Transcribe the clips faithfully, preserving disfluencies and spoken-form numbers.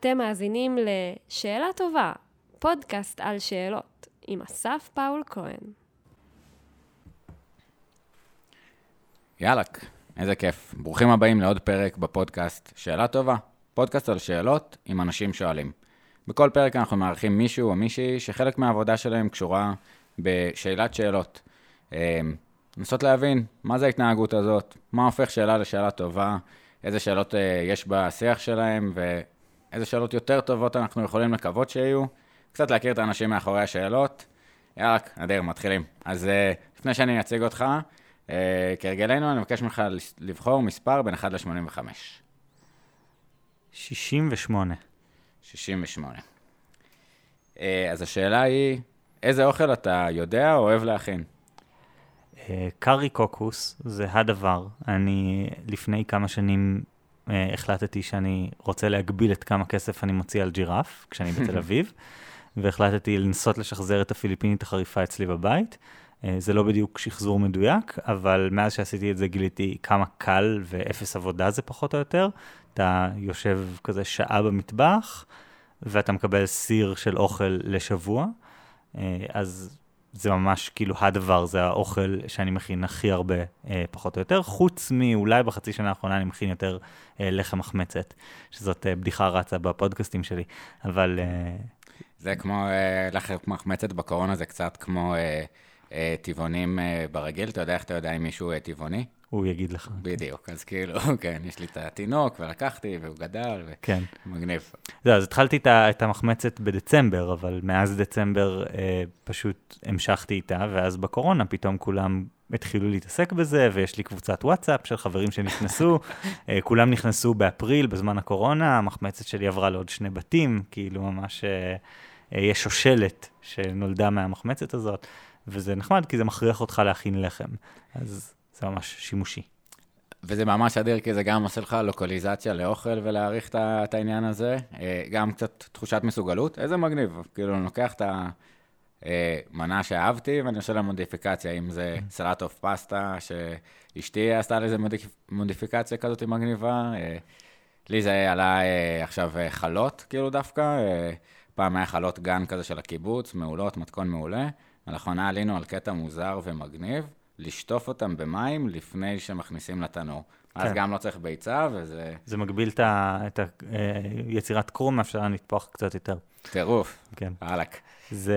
אתם מאזינים לשאלה טובה, פודקאסט על שאלות, עם אסף פאול כהן. יאלק, איזה כיף. ברוכים הבאים לעוד פרק בפודקאסט שאלה טובה, פודקאסט על שאלות עם אנשים שואלים. בכל פרק אנחנו מארחים מישהו או מישהי שחלק מהעבודה שלהם קשורה בשאלת שאלות. לנסות להבין מה זה ההתנהגות הזאת, מה הופך שאלה לשאלה טובה, איזה שאלות יש בשיח שלהם ואיזה שאלות יותר טובות אנחנו יכולים לקוות שיהיו. קצת להכיר את האנשים מאחורי השאלות. יאלק, נדיר, מתחילים. אז לפני שאני אציג אותך, Uh, כרגלנו אני מבקש ממך לבחור מספר בין אחד ל-שמונים וחמש. שישים ושמונה. שישים ושמונה. Uh, אז השאלה היא, איזה אוכל אתה יודע או אוהב להכין? Uh, קארי קוקוס זה הדבר. אני לפני כמה שנים uh, החלטתי שאני רוצה להגביל את כמה כסף אני מוציא על ג'ירף, כשאני בתל אביב, והחלטתי לנסות לשחזר את הפיליפינית החריפה אצלי בבית. זה לא בדיוק שחזור מדויק, אבל מאז שעשיתי את זה גיליתי כמה קל ואפס עבודה זה פחות או יותר. אתה יושב כזה שעה במטבח, ואתה מקבל סיר של אוכל לשבוע, אז זה ממש כאילו הדבר, זה האוכל שאני מכין הכי הרבה פחות או יותר, חוץ מאולי בחצי שנה האחרונה אני מכין יותר לחם מחמצת, שזאת בדיחה רצה בפודקאסטים שלי, אבל... זה כמו לחם מחמצת בקורונה, זה קצת כמו... טבעונים ברגיל, אתה יודע איך אתה יודע אם מישהו טבעוני? הוא יגיד לך. בדיוק, אז כאילו, כן, יש לי את התינוק, ולקחתי, והוא גדל, ומגניב. זהו, אז התחלתי את המחמצת בדצמבר, אבל מאז דצמבר פשוט המשכתי איתה, ואז בקורונה פתאום כולם התחילו להתעסק בזה, ויש לי קבוצת וואטסאפ של חברים שנכנסו, כולם נכנסו באפריל, בזמן הקורונה, המחמצת שלי עברה לעוד שני בתים, כאילו ממש יש שושלת שנולדה מהמחמצת הזאת, וזה נחמד, כי זה מכריח אותך להכין לחם. אז זה ממש שימושי. וזה ממש אדיר, כי זה גם עושה לך לוקליזציה לאוכל ולהעריך את העניין הזה. גם קצת תחושת מסוגלות. איזה מגניב. כאילו, אני לוקח את המנה שאהבתי, ואני עושה לה מודיפיקציה, אם זה סלט אוף פסטה, שאשתי עשתה לזה מודיפיקציה כזאת מגניבה. לי זה עלה עכשיו חלות, כאילו דווקא. פעם היה חלות גן כזה של הקיבוץ, מעולות, מתכון מעולה. לאחרונה עלינו על קטע מוזר ומגניב, לשטוף אותם במים לפני שמכניסים לתנור. אז כן. גם לא צריך ביצה, וזה... זה מגביל את, ה... את היצירת קרום, מאפשר לנתפוח קצת יותר. טירוף. כן. הלק. זה...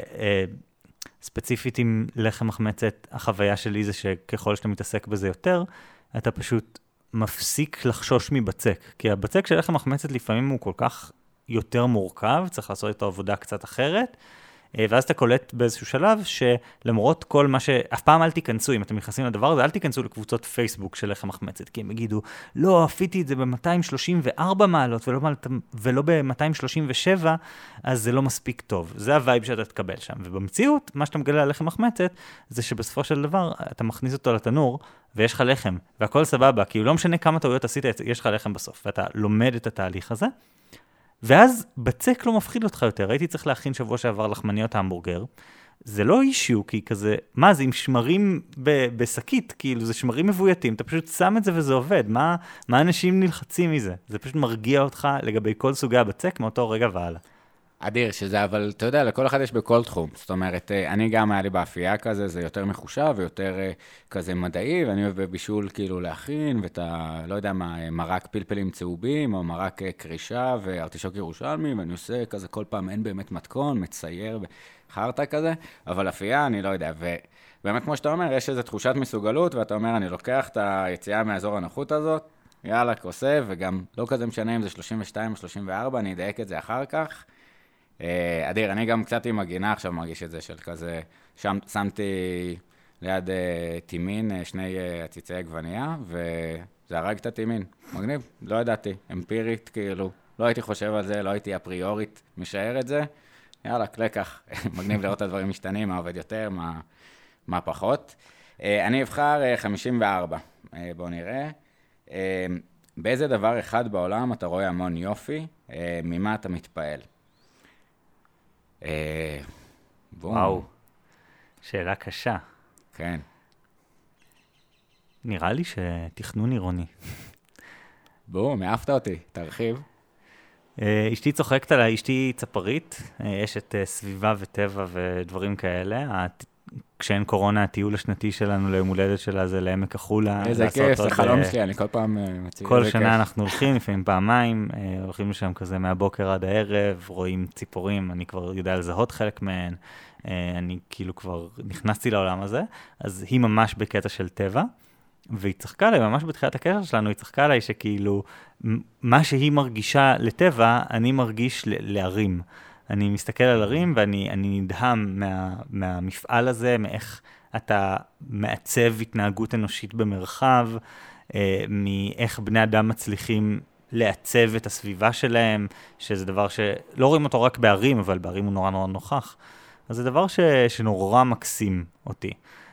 ספציפית עם לחם מחמצת, החוויה שלי זה שככל שאתה מתעסק בזה יותר, אתה פשוט מפסיק לחשוש מבצק. כי הבצק של לחם מחמצת לפעמים הוא כל כך יותר מורכב, צריך לעשות את העבודה קצת אחרת, ואז אתה קולט באיזשהו שלב שלמרות כל מה ש... אף פעם אל תיכנסו, אם אתם נכנסים לדבר הזה, אל תיכנסו לקבוצות פייסבוק של לחם מחמצת, כי הם יגידו, לא, עפיתי את זה ב-מאתיים שלושים וארבע מעלות ולא, ולא ב-מאתיים שלושים ושבע, אז זה לא מספיק טוב. זה הווייב שאתה תקבל שם. ובמציאות, מה שאתה מגלה על לחם מחמצת, זה שבסופו של דבר אתה מכניס אותו לתנור, ויש לך לחם, והכל סבבה, כי לא משנה כמה טעויות עשית, יש לך לחם בסוף, ואתה לומד את התהליך הזה. ואז בצק לא מפחיד אותך יותר. הייתי צריך להכין שבוע שעבר לחמניות ההמבורגר. זה לא אישיו, כי כזה, מה זה עם שמרים ב- בסקית, כאילו זה שמרים מבויתים, אתה פשוט שם את זה וזה עובד. מה, מה אנשים נלחצים מזה? זה פשוט מרגיע אותך לגבי כל סוגי הבצק מאותו רגע והלאה. אדיר שזה, אבל אתה יודע, לכל אחד יש בכל תחום. זאת אומרת, אני גם היה לי באפייה כזה, זה יותר מחושב ויותר כזה מדעי, ואני אוהב בבישול כאילו להכין, ואתה, לא יודע מה, מרק פלפלים צהובים, או מרק קרישה וארטישוק ירושלמי, ואני עושה כזה כל פעם, אין באמת מתכון, מצייר בחרטה כזה, אבל אפייה, אני לא יודע, ובאמת כמו שאתה אומר, יש איזו תחושת מסוגלות, ואתה אומר, אני לוקח את היציאה מהאזור הנוחות הזאת, יאללה, כוסף, וגם לא כזה משנה אם זה שלושים ושתיים או שלושים וארבע, אני אדייק את זה אחר כך. אדיר, אני גם קצת עם הגינה עכשיו מרגיש את זה של כזה, שם שמתי ליד תימין שני עציצי עגבנייה, וזה הרג את התימין. מגניב, לא ידעתי, אמפירית כאילו, לא הייתי חושב על זה, לא הייתי אפריורית משער את זה. יאללה, לקח, מגניב לראות את הדברים משתנים, מה עובד יותר, מה, מה פחות. אני אבחר חמישים וארבע, בואו נראה. באיזה דבר אחד בעולם אתה רואה המון יופי, ממה אתה מתפעל? וואו, שאלה קשה. כן. נראה לי שתכנון עירוני. בואו, מאהבת אותי, תרחיב. אשתי צוחקת עליי, אשתי צפרית, יש את סביבה וטבע ודברים כאלה. כשאין קורונה, הטיול השנתי שלנו ליום הולדת שלה זה לעמק החולה. איזה כיף, זה חלום שלי, אני כל פעם מציע. כל שנה אנחנו הולכים, לפעמים פעמיים, הולכים לשם כזה מהבוקר עד הערב, רואים ציפורים, אני כבר יודע לזהות חלק מהן, אני כאילו כבר נכנסתי לעולם הזה, אז היא ממש בקטע של טבע, והיא צחקה עליי, ממש בתחילת הקשר שלנו, היא צחקה עליי שכאילו, מה שהיא מרגישה לטבע, אני מרגיש לערים. אני מסתכל על ערים ואני אני נדהם מה, מהמפעל הזה, מאיך אתה מעצב התנהגות אנושית במרחב, אה, מאיך בני אדם מצליחים לעצב את הסביבה שלהם, שזה דבר שלא רואים אותו רק בערים, אבל בערים הוא נורא נורא נוכח. אז זה דבר ש, שנורא מקסים אותי.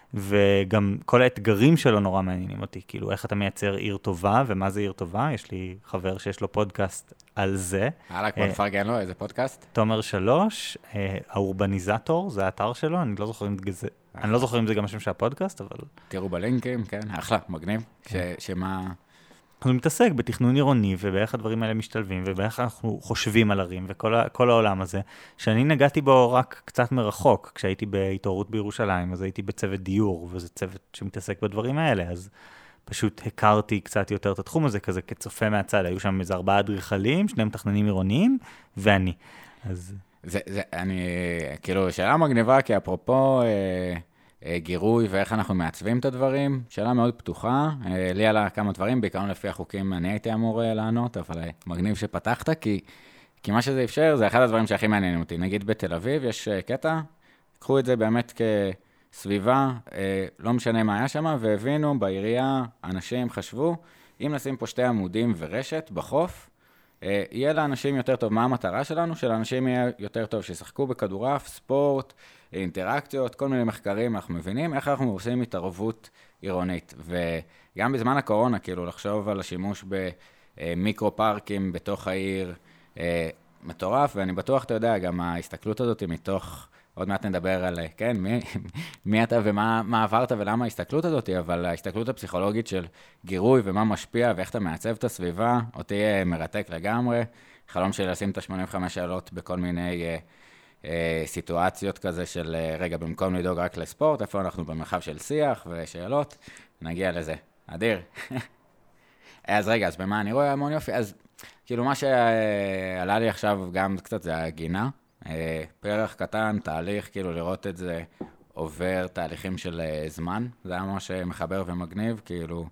וגם כל האתגרים שלו נורא מעניינים אותי, כאילו איך אתה מייצר עיר טובה, ומה זה עיר טובה, יש לי חבר שיש לו פודקאסט על זה. הלאה, כבר פרגן לו, איזה פודקאסט? תומר שלוש, האורבניזטור, זה האתר שלו, אני לא זוכר אם זה, אני לא זוכר אם זה גם השם של הפודקאסט, אבל... תראו בלינקים, כן, אחלה, מגניב, שמה... אז הוא מתעסק בתכנון עירוני, ובאיך הדברים האלה משתלבים, ובאיך אנחנו חושבים על ערים, וכל העולם הזה, שאני נגעתי בו רק קצת מרחוק, כשהייתי בהתעוררות בירושלים, אז הייתי בצוות דיור, וזה צוות שמתעסק בדברים האלה, אז פשוט הכרתי קצת יותר את התחום הזה, כזה כצופה מהצד, היו שם איזה ארבעה אדריכלים, שני מתכננים עירוניים, ואני. אז... זה, זה, אני, כאילו, שאלה מגניבה, כי אפרופו... אה... גירוי ואיך אנחנו מעצבים את הדברים, שאלה מאוד פתוחה, לי עלה כמה דברים, בעיקרון לפי החוקים אני הייתי אמור לענות, אבל מגניב שפתחת, כי, כי מה שזה אפשר זה אחד הדברים שהכי מעניינים אותי. נגיד בתל אביב יש קטע, קחו את זה באמת כסביבה, לא משנה מה היה שם, והבינו בעירייה, אנשים חשבו, אם נשים פה שתי עמודים ורשת בחוף, יהיה לאנשים יותר טוב. מה המטרה שלנו? שלאנשים יהיה יותר טוב, שישחקו בכדורף, ספורט, אינטראקציות, כל מיני מחקרים, אנחנו מבינים איך אנחנו עושים התערבות עירונית. וגם בזמן הקורונה, כאילו, לחשוב על השימוש במיקרו-פארקים בתוך העיר, מטורף, ואני בטוח, אתה יודע, גם ההסתכלות הזאת מתוך, עוד מעט נדבר על, כן, מי, מי אתה ומה מה עברת ולמה ההסתכלות הזאת, אבל ההסתכלות הפסיכולוגית של גירוי ומה משפיע ואיך אתה מעצב את הסביבה, אותי מרתק לגמרי. חלום שלי לשים את ה-שמונים וחמש שאלות בכל מיני אה, סיטואציות כזה של, רגע, במקום לדאוג רק לספורט, איפה אנחנו במרחב של שיח ושאלות, נגיע לזה. אדיר. אז רגע, אז במה אני רואה המון יופי? אז כאילו מה שעלה לי עכשיו גם קצת זה הגינה, פרח קטן, תהליך, כאילו לראות את זה עובר תהליכים של זמן, זה היה ממש מחבר ומגניב, כאילו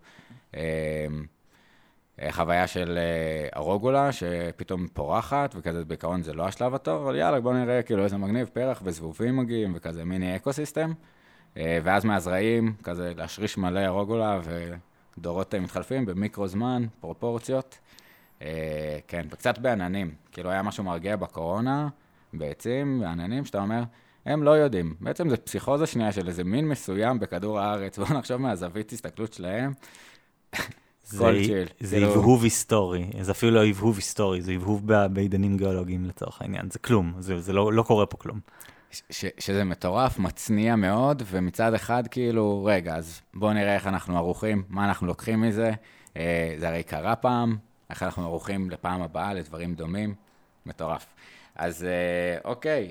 חוויה של הרוגולה שפתאום פורחת, וכזה בעיקרון זה לא השלב הטוב, אבל יאללה בוא נראה כאילו איזה מגניב, פרח וזבובים מגיעים וכזה מיני אקוסיסטם, ואז מהזרעים כזה להשריש מלא הרוגולה ודורות מתחלפים במיקרו זמן, פרופורציות, כן, וקצת בעננים, כאילו היה משהו מרגיע בקורונה, בעצים ועננים, שאתה אומר, הם לא יודעים. בעצם זה פסיכוזה שנייה של איזה מין מסוים בכדור הארץ, בואו נחשוב מהזווית הסתכלות שלהם. זה הבהוב היסטורי, זה אפילו לא הבהוב היסטורי, זה הבהוב בעידנים גיאולוגיים לצורך העניין, זה כלום, זה לא קורה פה כלום. שזה מטורף, מצניע מאוד, ומצד אחד כאילו, רגע, אז בואו נראה איך אנחנו ערוכים, מה אנחנו לוקחים מזה, זה הרי קרה פעם, איך אנחנו ערוכים לפעם הבאה, לדברים דומים, מטורף. אז אוקיי,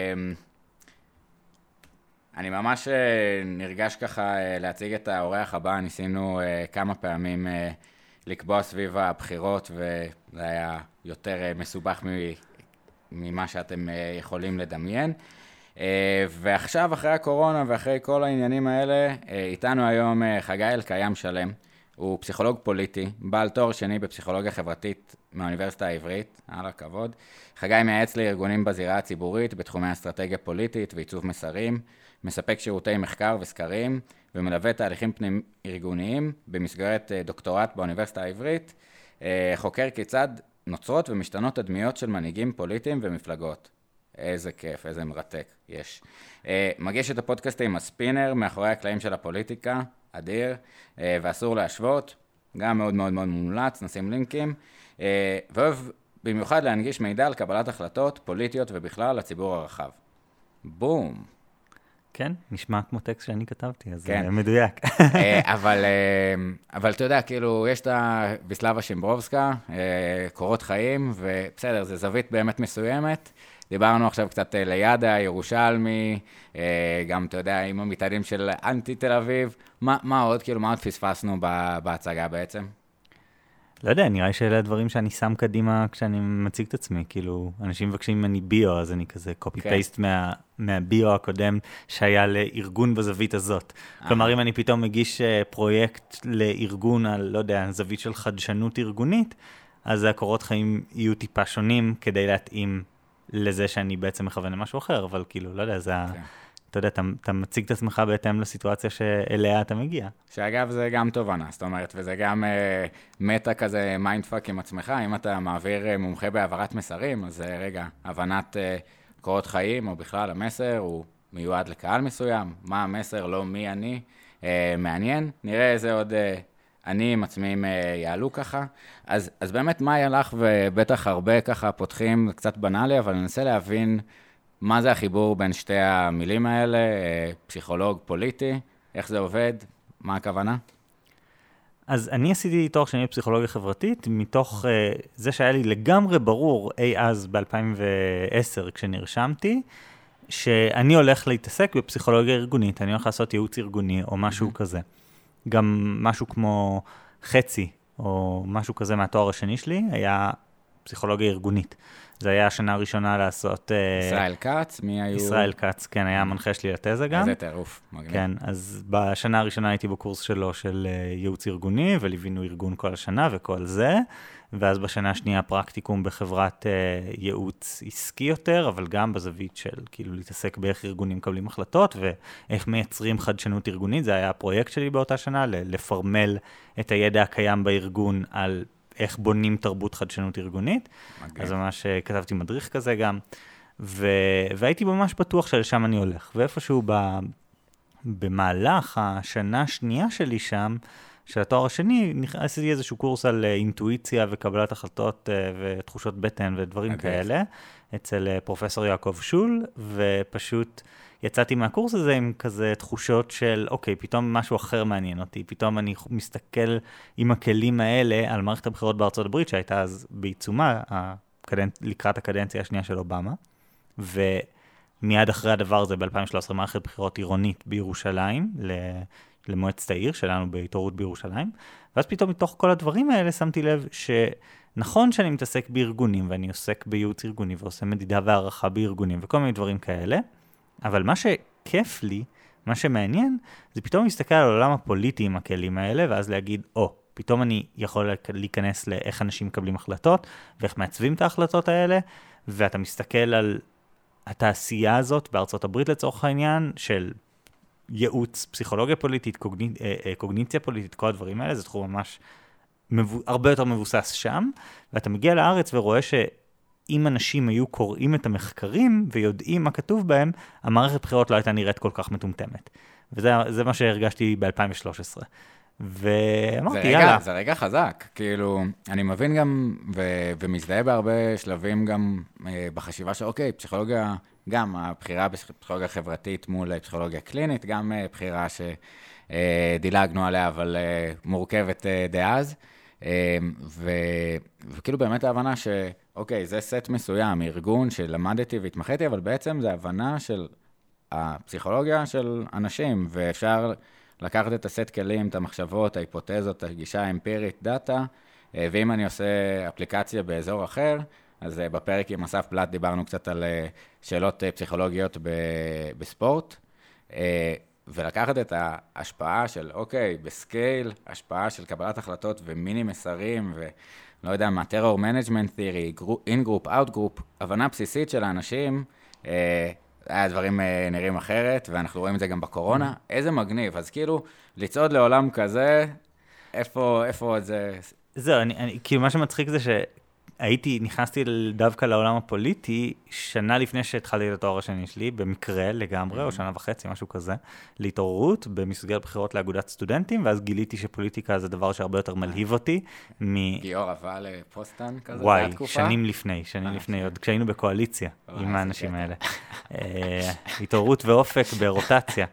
אני ממש נרגש ככה להציג את האורח הבא, ניסינו כמה פעמים לקבוע סביב הבחירות, וזה היה יותר מסובך ממה שאתם יכולים לדמיין. ועכשיו, אחרי הקורונה ואחרי כל העניינים האלה, איתנו היום חגי אלקיים שלם, הוא פסיכולוג פוליטי, בעל תואר שני בפסיכולוגיה חברתית מהאוניברסיטה העברית, על הכבוד. חגי מייעץ לארגונים בזירה הציבורית בתחומי אסטרטגיה פוליטית ועיצוב מסרים, מספק שירותי מחקר וסקרים, ומלווה תהליכים פנים ארגוניים במסגרת דוקטורט באוניברסיטה העברית, חוקר כיצד נוצרות ומשתנות הדמיות של מנהיגים פוליטיים ומפלגות. איזה כיף, איזה מרתק יש. מגיש את הפודקאסטים הספינר מאחורי הקלעים של הפוליטיקה, אדיר, ואסור להשוות, גם מאוד מאוד מאוד מומלץ, נשים לינקים, ואוהב במיוחד להנגיש מידע על קבלת החלטות פוליטיות ובכלל לציבור הרחב. בום. כן, נשמע כמו טקסט שאני כתבתי, אז כן. זה מדויק. אבל, אבל אתה יודע, כאילו, יש את ויסלבה שימברובסקה, קורות חיים, ובסדר, זה זווית באמת מסוימת. דיברנו עכשיו קצת לידה, ירושלמי, גם, אתה יודע, עם המתעדים של אנטי תל אביב. מה, מה עוד, כאילו, מה עוד פספסנו בהצגה בעצם? לא יודע, נראה לי שאלה הדברים שאני שם קדימה כשאני מציג את עצמי, כאילו, אנשים מבקשים ממני ביו, אז אני כזה קופי-פייסט מה, מהביו הקודם שהיה לארגון בזווית הזאת. כלומר, אם אני פתאום מגיש פרויקט לארגון על, לא יודע, זווית של חדשנות ארגונית, אז הקורות חיים יהיו טיפה שונים כדי להתאים לזה שאני בעצם מכוון למשהו אחר, אבל כאילו, לא יודע, זה ה... אתה יודע, אתה, אתה מציג את עצמך בהתאם לסיטואציה שאליה אתה מגיע. שאגב, זה גם תובנה, זאת אומרת, וזה גם אה, מטה כזה מיינדפאק עם עצמך, אם אתה מעביר אה, מומחה בהעברת מסרים, אז אה, רגע, הבנת אה, קורות חיים, או בכלל המסר, הוא מיועד לקהל מסוים, מה המסר, לא מי אני, אה, מעניין, נראה איזה עוד אה, אני עם עצמיים אה, יעלו ככה. אז, אז באמת, מה היה לך, ובטח הרבה ככה פותחים, קצת בנאלי, אבל ננסה להבין, מה זה החיבור בין שתי המילים האלה, פסיכולוג פוליטי, איך זה עובד, מה הכוונה? אז אני עשיתי תואר שני בפסיכולוגיה חברתית, מתוך uh, זה שהיה לי לגמרי ברור אי אז ב-אלפיים ועשר כשנרשמתי, שאני הולך להתעסק בפסיכולוגיה ארגונית, אני הולך לעשות ייעוץ ארגוני או משהו mm-hmm. כזה. גם משהו כמו חצי או משהו כזה מהתואר השני שלי, היה פסיכולוגיה ארגונית. זה היה השנה הראשונה לעשות... ישראל קץ, מי היו? ישראל קץ, כן, היה המנחה שלי לתזה גם. איזה טירוף, מגניב. כן, אז בשנה הראשונה הייתי בקורס שלו של ייעוץ ארגוני, וליווינו ארגון כל השנה וכל זה, ואז בשנה השנייה פרקטיקום בחברת ייעוץ עסקי יותר, אבל גם בזווית של כאילו להתעסק באיך ארגונים מקבלים החלטות, ואיך מייצרים חדשנות ארגונית. זה היה הפרויקט שלי באותה שנה, לפרמל את הידע הקיים בארגון על איך בונים תרבות חדשנות ארגונית. מגניב. אז ממש כתבתי מדריך כזה גם, ו... והייתי ממש בטוח שלשם אני הולך. ואיפשהו ב... במהלך השנה השנייה שלי שם, של התואר השני, עשיתי איזשהו קורס על אינטואיציה וקבלת החלטות ותחושות בטן ודברים okay. כאלה, אצל פרופסור יעקב שול, ופשוט יצאתי מהקורס הזה עם כזה תחושות של, אוקיי, פתאום משהו אחר מעניין אותי, פתאום אני מסתכל עם הכלים האלה על מערכת הבחירות בארצות הברית, שהייתה אז בעיצומה, הקדנ... לקראת הקדנציה השנייה של אובמה, ומיד אחרי הדבר הזה, ב-אלפיים ושלוש עשרה, מערכת בחירות עירונית בירושלים, ל... למועצת העיר שלנו בהתעוררות בירושלים, ואז פתאום מתוך כל הדברים האלה שמתי לב שנכון שאני מתעסק בארגונים, ואני עוסק בייעוץ ארגוני, ועושה מדידה והערכה בארגונים, וכל מיני דברים כאלה, אבל מה שכיף לי, מה שמעניין, זה פתאום להסתכל על העולם הפוליטי עם הכלים האלה, ואז להגיד, או, פתאום אני יכול להיכנס לאיך אנשים מקבלים החלטות, ואיך מעצבים את ההחלטות האלה, ואתה מסתכל על התעשייה הזאת בארצות הברית לצורך העניין, של ייעוץ, פסיכולוגיה פוליטית, קוגני, קוגניציה פוליטית, כל הדברים האלה, זה תחום ממש מבו, הרבה יותר מבוסס שם, ואתה מגיע לארץ ורואה שאם אנשים היו קוראים את המחקרים ויודעים מה כתוב בהם, המערכת בחירות לא הייתה נראית כל כך מטומטמת. וזה זה מה שהרגשתי ב-אלפיים ושלוש עשרה. ואמרתי, זה יאללה. רגע, זה רגע חזק, כאילו, אני מבין גם, ו- ומזדהה בהרבה שלבים גם אה, בחשיבה של, אוקיי, פסיכולוגיה, גם הבחירה בפסיכולוגיה חברתית מול פסיכולוגיה קלינית, גם אה, בחירה שדילגנו אה, עליה, אבל אה, מורכבת אה, דאז, אה, ו- וכאילו באמת ההבנה שאוקיי, זה סט מסוים, ארגון שלמדתי והתמחיתי, אבל בעצם זה הבנה של הפסיכולוגיה של אנשים, ואפשר לקחת את הסט כלים, את המחשבות, ההיפותזות, הגישה האמפירית, דאטה, ואם אני עושה אפליקציה באזור אחר, אז בפרק עם אסף פלט דיברנו קצת על שאלות פסיכולוגיות בספורט, ולקחת את ההשפעה של, אוקיי, בסקייל, השפעה של קבלת החלטות ומיני מסרים, ולא יודע מה, טרור מנג'מנט תיאורי, אין גרופ, אאוט גרופ, הבנה בסיסית של האנשים, הדברים נראים אחרת, ואנחנו רואים את זה גם בקורונה. איזה מגניב. אז כאילו, לצעוד לעולם כזה, איפה, איפה זה... זהו, אני, אני, כאילו מה שמצחיק זה הייתי, נכנסתי דווקא לעולם הפוליטי, שנה לפני שהתחלתי את התואר השני שלי, במקרה לגמרי, או שנה וחצי, משהו כזה, להתעוררות, במסגרת בחירות לאגודת סטודנטים, ואז גיליתי שפוליטיקה זה דבר שהרבה יותר מלהיב אותי. גיאור עבר לפוסטן כזה, וואי, שנים לפני, שנים לפני, עוד כשהיינו בקואליציה עם האנשים האלה. התעוררות ואופק ברוטציה.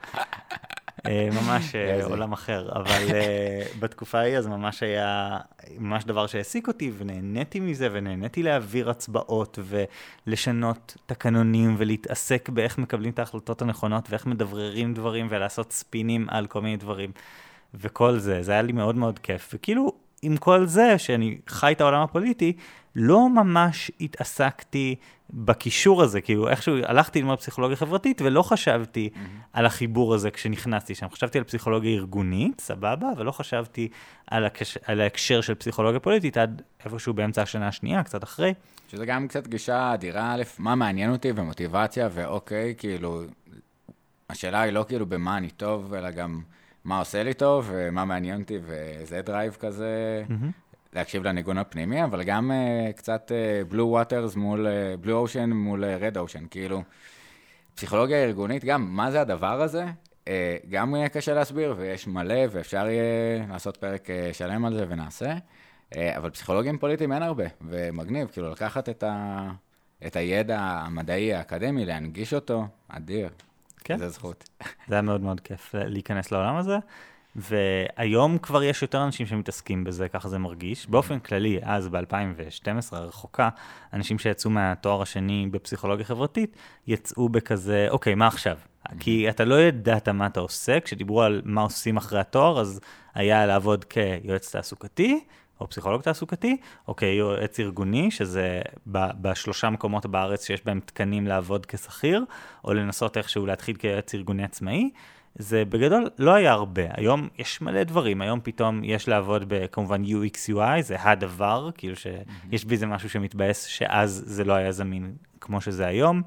ממש עולם אחר, אבל בתקופה ההיא אז ממש היה ממש דבר שהעסיק אותי, ונהניתי מזה, ונהניתי להעביר הצבעות, ולשנות תקנונים, ולהתעסק באיך מקבלים את ההחלטות הנכונות, ואיך מדבררים דברים, ולעשות ספינים על כל מיני דברים, וכל זה, זה היה לי מאוד מאוד כיף, וכאילו עם כל זה שאני חי את העולם הפוליטי, לא ממש התעסקתי בקישור הזה, כאילו איכשהו הלכתי ללמוד פסיכולוגיה חברתית, ולא חשבתי mm-hmm. על החיבור הזה כשנכנסתי שם. חשבתי על פסיכולוגיה ארגונית, סבבה, אבל לא חשבתי על, הקש... על ההקשר של פסיכולוגיה פוליטית, עד איפשהו באמצע השנה השנייה, קצת אחרי. שזה גם קצת גישה אדירה, א', מה מעניין אותי ומוטיבציה, ואוקיי, כאילו, השאלה היא לא כאילו במה אני טוב, אלא גם מה עושה לי טוב, ומה מעניין אותי, וזה דרייב כזה, mm-hmm. להקשיב לניגון הפנימי, אבל גם uh, קצת uh, Blue Waters מול, uh, Blue Ocean מול uh, Red Ocean, כאילו, פסיכולוגיה ארגונית, גם מה זה הדבר הזה, uh, גם יהיה קשה להסביר, ויש מלא, ואפשר יהיה לעשות פרק uh, שלם על זה ונעשה, uh, אבל פסיכולוגים פוליטיים אין הרבה, ומגניב, כאילו, לקחת את, ה, את הידע המדעי, האקדמי, להנגיש אותו, אדיר, כן. זה זכות. זה היה מאוד מאוד כיף להיכנס לעולם הזה, והיום כבר יש יותר אנשים שמתעסקים בזה, ככה זה מרגיש. באופן כללי, אז ב-אלפיים ושתים עשרה הרחוקה, אנשים שיצאו מהתואר השני בפסיכולוגיה חברתית, יצאו בכזה, אוקיי, מה עכשיו? כי אתה לא ידעת מה אתה עושה, כשדיברו על מה עושים אחרי התואר, אז היה לעבוד כיועץ תעסוקתי, או פסיכולוג תעסוקתי, או כיועץ ארגוני, שזה בשלושה מקומות בארץ שיש בהם תקנים לעבוד כשכיר, או לנסות איכשהו להתחיל כיועץ ארגוני עצמאי, זה בגדול לא היה הרבה. היום יש מלא דברים. היום פתאום יש לעבוד בכמובן יו אקס יו איי, זה הדבר, כאילו שיש בזה משהו שמתבאס שאז זה לא היה זמין כמו שזה היום.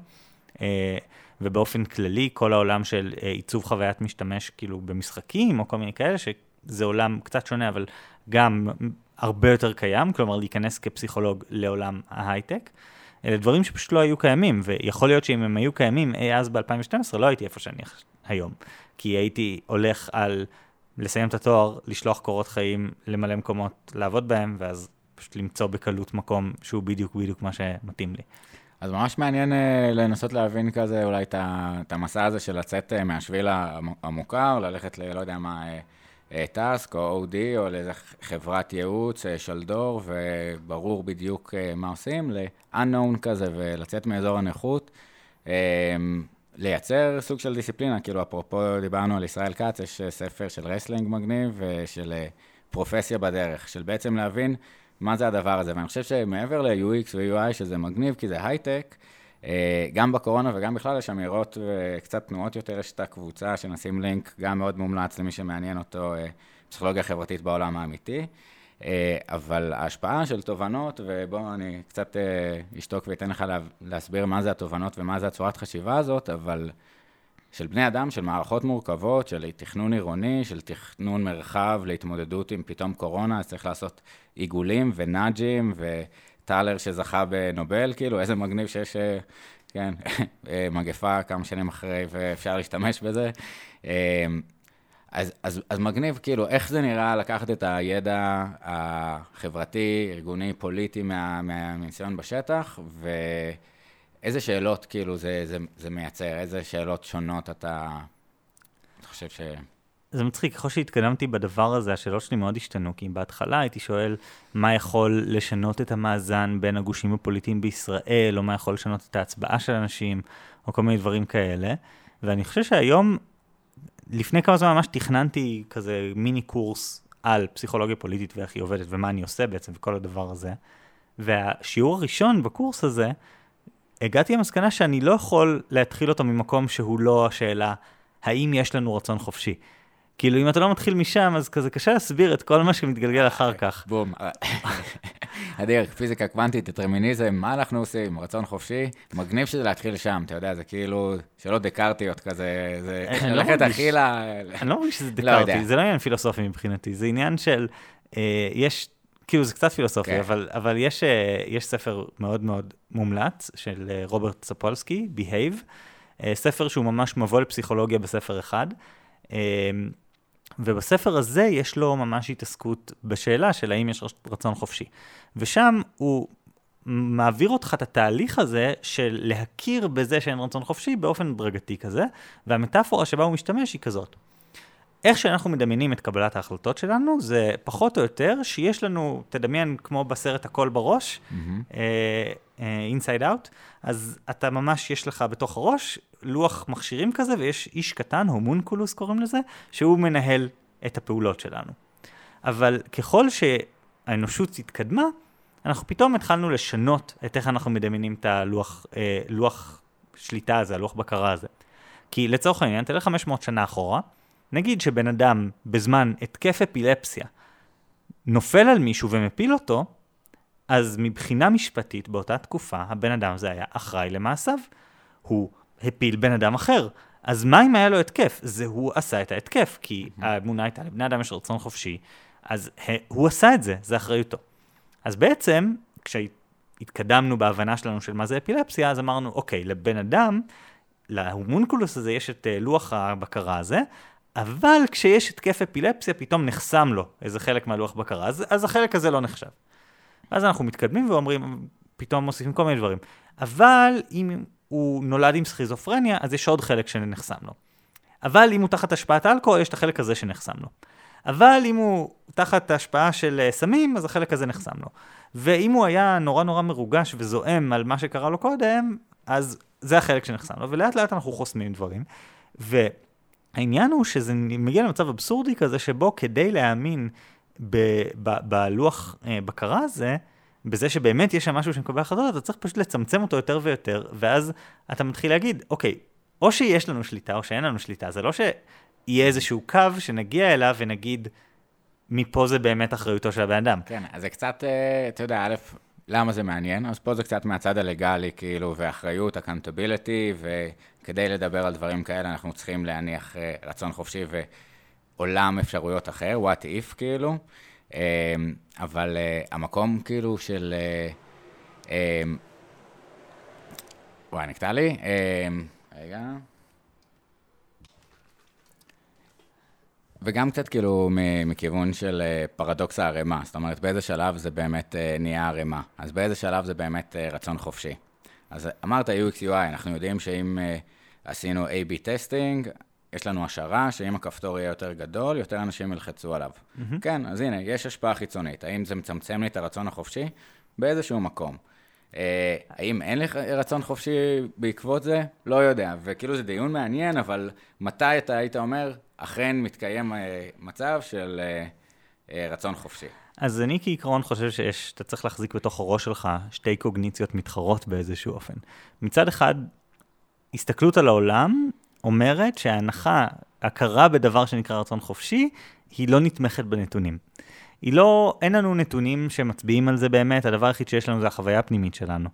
ובאופן כללי, כל העולם של עיצוב חוויית משתמש כאילו במשחקים או כל מיני כאלה, שזה עולם קצת שונה, אבל גם הרבה יותר קיים, כלומר להיכנס כפסיכולוג לעולם ההייטק. אלה דברים שפשוט לא היו קיימים, ויכול להיות שאם הם היו קיימים, אז ב-אלפיים ושתים עשרה לא הייתי איפה שאני היום. כי הייתי הולך על לסיים את התואר, לשלוח קורות חיים למלא מקומות לעבוד בהם, ואז פשוט למצוא בקלות מקום שהוא בדיוק בדיוק מה שמתאים לי. אז ממש מעניין לנסות להבין כזה אולי את המסע הזה של לצאת מהשביל המוכר, ללכת ל, לא יודע מה, טאסק או או די או לאיזה חברת ייעוץ, שלדור, וברור בדיוק מה עושים, ל-unknown כזה ולצאת מאזור הנוחות. לייצר סוג של דיסציפלינה, כאילו אפרופו דיברנו על ישראל כץ, יש ספר של רסלינג מגניב ושל פרופסיה בדרך, של בעצם להבין מה זה הדבר הזה, ואני חושב שמעבר ל-יו אקס ו-יו איי שזה מגניב, כי זה הייטק, גם בקורונה וגם בכלל יש אמירות וקצת תנועות יותר, יש את הקבוצה שנשים לינק, גם מאוד מומלץ למי שמעניין אותו, פסיכולוגיה חברתית בעולם האמיתי, אבל ההשפעה של תובנות, ובואו אני קצת אשתוק ואתן לך להסביר מה זה התובנות ומה זה הצורת חשיבה הזאת, אבל של בני אדם, של מערכות מורכבות, של תכנון עירוני, של תכנון מרחב להתמודדות עם פתאום קורונה, אז צריך לעשות עיגולים ונאג'ים, וטלר שזכה בנובל, כאילו איזה מגניב שיש, כן, מגפה כמה שנים אחרי ואפשר להשתמש בזה. אז, אז, אז מגניב, כאילו, איך זה נראה לקחת את הידע החברתי, ארגוני, פוליטי מה, מה, מהניסיון בשטח, ואיזה שאלות, כאילו, זה, זה, זה מייצר, איזה שאלות שונות אתה, אתה חושב ש... זה מצחיק, ככל שהתקדמתי בדבר הזה, השאלות שלי מאוד השתנו, כי בהתחלה הייתי שואל מה יכול לשנות את המאזן בין הגושים הפוליטיים בישראל, או מה יכול לשנות את ההצבעה של אנשים, או כל מיני דברים כאלה, ואני חושב שהיום, לפני כמה זמן ממש תכננתי כזה מיני קורס על פסיכולוגיה פוליטית ואיך היא עובדת ומה אני עושה בעצם וכל הדבר הזה. והשיעור הראשון בקורס הזה, הגעתי למסקנה שאני לא יכול להתחיל אותו ממקום שהוא לא השאלה, האם יש לנו רצון חופשי. כאילו אם אתה לא מתחיל משם, אז כזה קשה להסביר את כל מה שמתגלגל אחר כך. בום. אדיר, פיזיקה קוונטית, דטרמיניזם, מה אנחנו עושים? רצון חופשי? מגניב שזה להתחיל שם, אתה יודע, זה כאילו, שלא דקרטיות כזה, זה ללכת אכילה. אני לא מרגיש שזה דקרטי, זה לא עניין פילוסופי מבחינתי, זה עניין של, יש כאילו זה קצת פילוסופי, כן. אבל, אבל יש, יש ספר מאוד מאוד מומלץ של רוברט ספולסקי, Behave, ספר שהוא ממש מבוא לפסיכולוגיה בספר אחד, ובספר הזה יש לו ממש התעסקות בשאלה של האם יש רצון חופשי. ושם הוא מעביר אותך את התהליך הזה של להכיר בזה שאין רצון חופשי באופן דרגתי כזה, והמטאפורה שבה הוא משתמש היא כזאת. איך שאנחנו מדמיינים את קבלת ההחלטות שלנו, זה פחות או יותר שיש לנו, תדמיין כמו בסרט הכל בראש, mm-hmm. uh, uh, inside out, אז אתה ממש, יש לך בתוך הראש לוח מכשירים כזה, ויש איש קטן, הומונקולוס קוראים לזה, שהוא מנהל את הפעולות שלנו. אבל ככל שהאנושות התקדמה, אנחנו פתאום התחלנו לשנות את איך אנחנו מדמיינים את הלוח uh, לוח שליטה הזה, הלוח בקרה הזה. כי לצורך העניין, תלך חמש מאות שנה אחורה, נגיד שבן אדם בזמן התקף אפילפסיה נופל על מישהו ומפיל אותו, אז מבחינה משפטית באותה תקופה, הבן אדם הזה היה אחראי למעשיו, הוא הפיל בן אדם אחר. אז מה אם היה לו התקף? זה הוא עשה את ההתקף, כי האמונה הייתה לבני אדם יש רצון חופשי, אז הוא עשה את זה, זה אחריותו. אז בעצם, כשהתקדמנו בהבנה שלנו של מה זה אפילפסיה, אז אמרנו, אוקיי, לבן אדם, להומונקולוס הזה יש את לוח הבקרה הזה, אבל כשיש התקף אפילפסיה, פתאום נחסם לו איזה חלק מהלוח בקרה, אז, אז החלק הזה לא נחשב. אז אנחנו מתקדמים ואומרים, פתאום מוסיפים כל מיני דברים. אבל אם הוא נולד עם סכיזופרניה, אז יש עוד חלק שנחסם לו. אבל אם הוא תחת השפעת אלכוהול, יש את החלק הזה שנחסם לו. אבל אם הוא תחת ההשפעה של סמים, אז החלק הזה נחסם לו. ואם הוא היה נורא נורא מרוגש וזועם על מה שקרה לו קודם, אז זה החלק שנחסם לו. ולאט לאט אנחנו חוסמים דברים. ו... העניין הוא שזה מגיע למצב אבסורדי כזה, שבו כדי להאמין ב- ב- בלוח אה, בקרה הזה, בזה שבאמת יש שם משהו שמקבל החלטות, אתה צריך פשוט לצמצם אותו יותר ויותר, ואז אתה מתחיל להגיד, אוקיי, או שיש לנו שליטה או שאין לנו שליטה, זה לא שיהיה איזשהו קו שנגיע אליו ונגיד, מפה זה באמת אחריותו של הבן אדם. כן, אז זה קצת, אתה יודע, א', למה זה מעניין? אז פה זה קצת מהצד הלגלי, כאילו, ואחריות, accountability, וכדי לדבר על דברים כאלה, אנחנו צריכים להניח רצון חופשי ועולם אפשרויות אחר, what if, כאילו. אבל המקום, כאילו, של... וואי, נקטע לי. רגע. וגם קצת כאילו מכיוון של פרדוקס הרמה, זאת אומרת באיזה שלב זה באמת נהיה הרמה, אז באיזה שלב זה באמת רצון חופשי. אז אמרת יו אקס יו איי, אנחנו יודעים שאם עשינו איי בי טסטינג, יש לנו השערה שאם הכפתור יהיה יותר גדול, יותר אנשים ילחצו עליו. Mm-hmm. כן, אז הנה, יש השפעה חיצונית, האם זה מצמצם לי את הרצון החופשי? באיזשהו מקום. האם אין לי רצון חופשי בעקבות זה? לא יודע, וכאילו זה דיון מעניין, אבל מתי אתה היית אומר, אכן מתקיים מצב של רצון חופשי? אז אני כעיקרון חושב שיש, אתה צריך להחזיק בתוך הראש שלך שתי קוגניציות מתחרות באיזשהו אופן. מצד אחד, הסתכלות על העולם אומרת שההנחה, הכרה בדבר שנקרא רצון חופשי, היא לא נתמכת בנתונים. היא לא, אין לנו נתונים שמצביעים על זה באמת, הדבר היחיד שיש לנו זה החוויה הפנימית שלנו.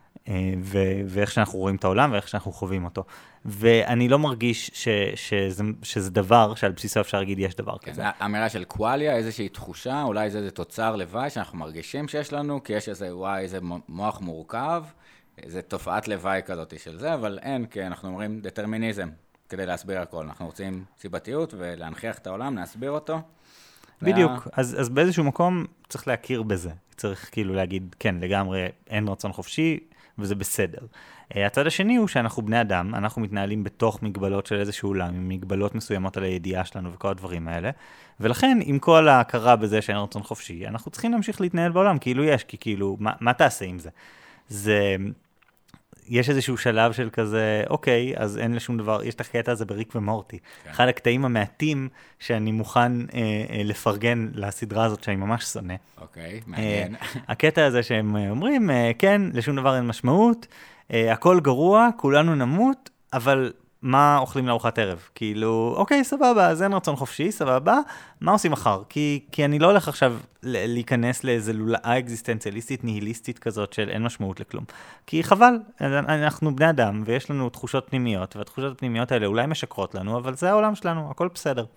ו- ואיך שאנחנו רואים את העולם ואיך שאנחנו חווים אותו. ואני לא מרגיש ש- שזה, שזה דבר שעל בסיסו אפשר להגיד יש דבר כן, כזה. האמירה של קואליה, איזושהי תחושה, אולי זה איזה תוצר לוואי שאנחנו מרגישים שיש לנו, כי יש איזה וואי, איזה מוח מורכב, איזה תופעת לוואי כזאת של זה, אבל אין, כי אנחנו אומרים דטרמיניזם, כדי להסביר הכל. אנחנו רוצים סיבתיות ולהנכיח את העולם, להסביר אותו. בדיוק, וה... אז, אז באיזשהו מקום צריך להכיר בזה. צריך כאילו להגיד, כן, לגמרי אין רצון חופשי, וזה בסדר. Uh, הצד השני הוא שאנחנו בני אדם, אנחנו מתנהלים בתוך מגבלות של איזשהו עולם, עם מגבלות מסוימות על הידיעה שלנו וכל הדברים האלה, ולכן עם כל ההכרה בזה שאין רצון חופשי, אנחנו צריכים להמשיך להתנהל בעולם, כאילו יש, כי כאילו, מה, מה תעשה עם זה? זה... יש איזשהו שלב של כזה, אוקיי, אז אין לשום דבר, יש את הקטע הזה בריק ומורטי. כן. אחד הקטעים המעטים שאני מוכן אה, אה, לפרגן לסדרה הזאת שאני ממש שונא. אוקיי, מעניין. אה, הקטע הזה שהם אומרים, אה, כן, לשום דבר אין משמעות, אה, הכל גרוע, כולנו נמות, אבל מה אוכלים לארוחת ערב? כאילו, אוקיי, סבבה, אז אין רצון חופשי, סבבה, מה עושים מחר? כי, כי אני לא הולך עכשיו להיכנס לאיזו לולאה אקזיסטנציאליסטית, ניהיליסטית כזאת של אין משמעות לכלום. כי חבל, אנחנו בני אדם ויש לנו תחושות פנימיות, והתחושות הפנימיות האלה אולי משקרות לנו, אבל זה העולם שלנו, הכל בסדר.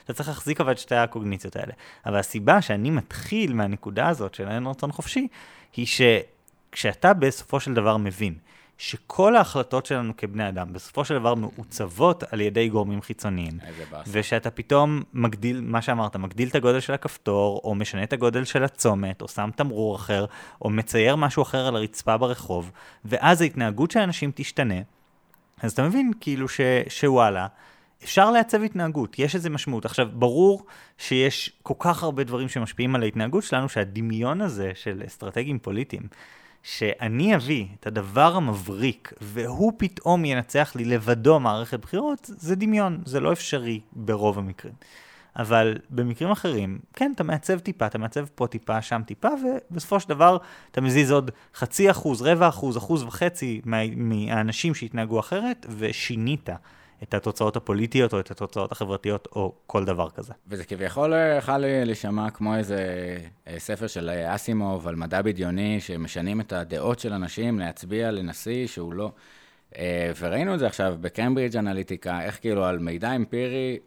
אתה צריך להחזיק אבל את שתי הקוגניציות האלה. אבל הסיבה שאני מתחיל מהנקודה הזאת של אין רצון חופשי, היא שכשאתה בסופו של דבר מבין, שכל ההחלטות שלנו כבני אדם, בסופו של דבר מעוצבות על ידי גורמים חיצוניים. ושאתה פתאום מגדיל, מה שאמרת, מגדיל את הגודל של הכפתור, או משנה את הגודל של הצומת, או שם תמרור אחר, או מצייר משהו אחר על הרצפה ברחוב, ואז ההתנהגות של האנשים תשתנה. אז אתה מבין, כאילו ש, שוואלה, אפשר לעצב התנהגות, יש איזה משמעות. עכשיו, ברור שיש כל כך הרבה דברים שמשפיעים על ההתנהגות שלנו, שהדמיון הזה של אסטרטגיים פוליטיים, שאני אביא את הדבר המבריק, והוא פתאום ינצח לי לבדו מערכת בחירות, זה דמיון, זה לא אפשרי ברוב המקרים. אבל במקרים אחרים, כן, אתה מעצב טיפה, אתה מעצב פה טיפה, שם טיפה, ובסופו של דבר אתה מזיז עוד חצי אחוז, רבע אחוז, אחוז וחצי מה, מהאנשים שהתנהגו אחרת, ושינית את התוצאות הפוליטיות, או את התוצאות החברתיות, או כל דבר כזה. וזה כביכול יכול להישמע כמו איזה ספר של אסימוב על מדע בדיוני, שמשנים את הדעות של אנשים להצביע לנשיא שהוא לא... וראינו את זה עכשיו בקיימברידג' אנליטיקה, איך כאילו על מידע אמפירי,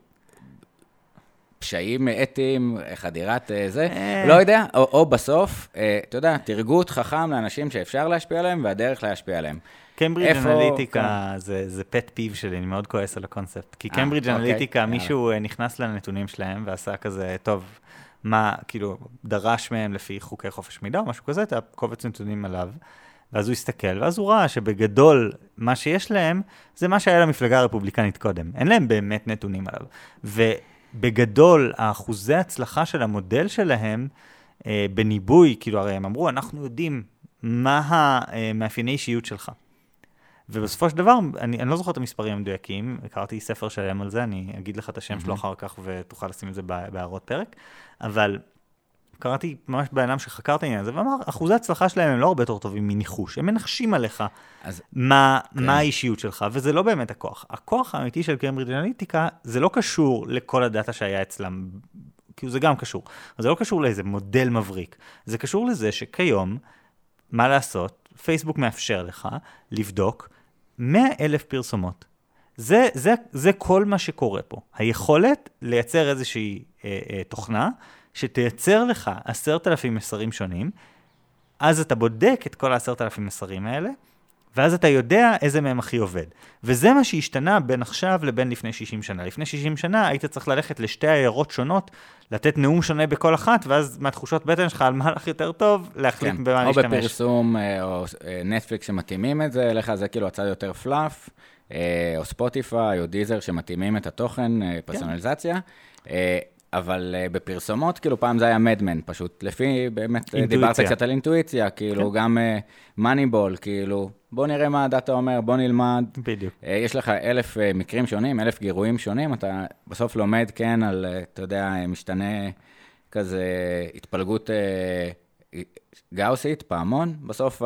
פשעים אתיים, חדירת זה, לא יודע, או, או בסוף, אתה יודע, תרגות חכם לאנשים שאפשר להשפיע עליהם, והדרך להשפיע עליהם. קיימברידג' אנליטיקה זה, זה פט פיב שלי, אני מאוד כועס על הקונספט. כי קיימברידג' אנליטיקה, מישהו נכנס לנתונים שלהם ועשה כזה, טוב, מה, כאילו, דרש מהם לפי חוקי חופש מידע או משהו כזה, את הקובץ נתונים עליו, ואז הוא הסתכל, ואז הוא ראה שבגדול מה שיש להם, זה מה שהיה למפלגה הרפובליקנית קודם. אין להם באמת נתונים עליו. ובגדול, האחוזי הצלחה של המודל שלהם, אה, בניבוי, כאילו הרי הם אמרו, אנחנו יודעים מה המאפייני אישיות שלך. ובסופו של דבר, אני, אני לא זוכר את המספרים המדויקים, הכרתי ספר שלם על זה, אני אגיד לך את השם שלו אחר כך ותוכל לשים את זה בהערות פרק, אבל קראתי ממש בעינם שחקרת העניין הזה, ואמר, אחוזי הצלחה שלהם הם לא הרבה יותר טובים מניחוש, הם מנחשים עליך אז, מה, כן. מה האישיות שלך, וזה לא באמת הכוח. הכוח האמיתי של קיימברידג' אנליטיקה, זה לא קשור לכל הדאטה שהיה אצלם, כאילו זה גם קשור, זה לא קשור לאיזה מודל מבריק, זה קשור לזה שכיום, מה לעשות, פייסבוק מאפשר לך לבדוק מאה אלף פרסומות. זה, זה, זה כל מה שקורה פה. היכולת לייצר איזושהי אה, אה, תוכנה, שתייצר לך עשרת אלפים מסרים שונים, אז אתה בודק את כל העשרת אלפים מסרים האלה, ואז אתה יודע איזה מהם הכי עובד. וזה מה שהשתנה בין עכשיו לבין לפני שישים שנה. לפני שישים שנה היית צריך ללכת לשתי עיירות שונות, לתת נאום שונה בכל אחת, ואז מהתחושות בטן שלך על מה הלך יותר טוב, להחליט כן. במה להשתמש. או בפרסום, או נטפליקס שמתאימים את זה, לך זה כאילו הצד יותר פלאף, או ספוטיפיי, או דיזר שמתאימים את התוכן, פרסונליזציה. כן. אבל uh, בפרסומות, כאילו פעם זה היה מדמן, פשוט לפי, באמת, אינטואיציה. דיברת קצת על אינטואיציה, כאילו כן. גם מאניבול, uh, כאילו, בוא נראה מה הדאטה אומר, בוא נלמד. בדיוק. Uh, יש לך אלף uh, מקרים שונים, אלף גירויים שונים, אתה בסוף לומד, כן, על, uh, אתה יודע, משתנה כזה התפלגות uh, גאוסית, פעמון, בסוף uh,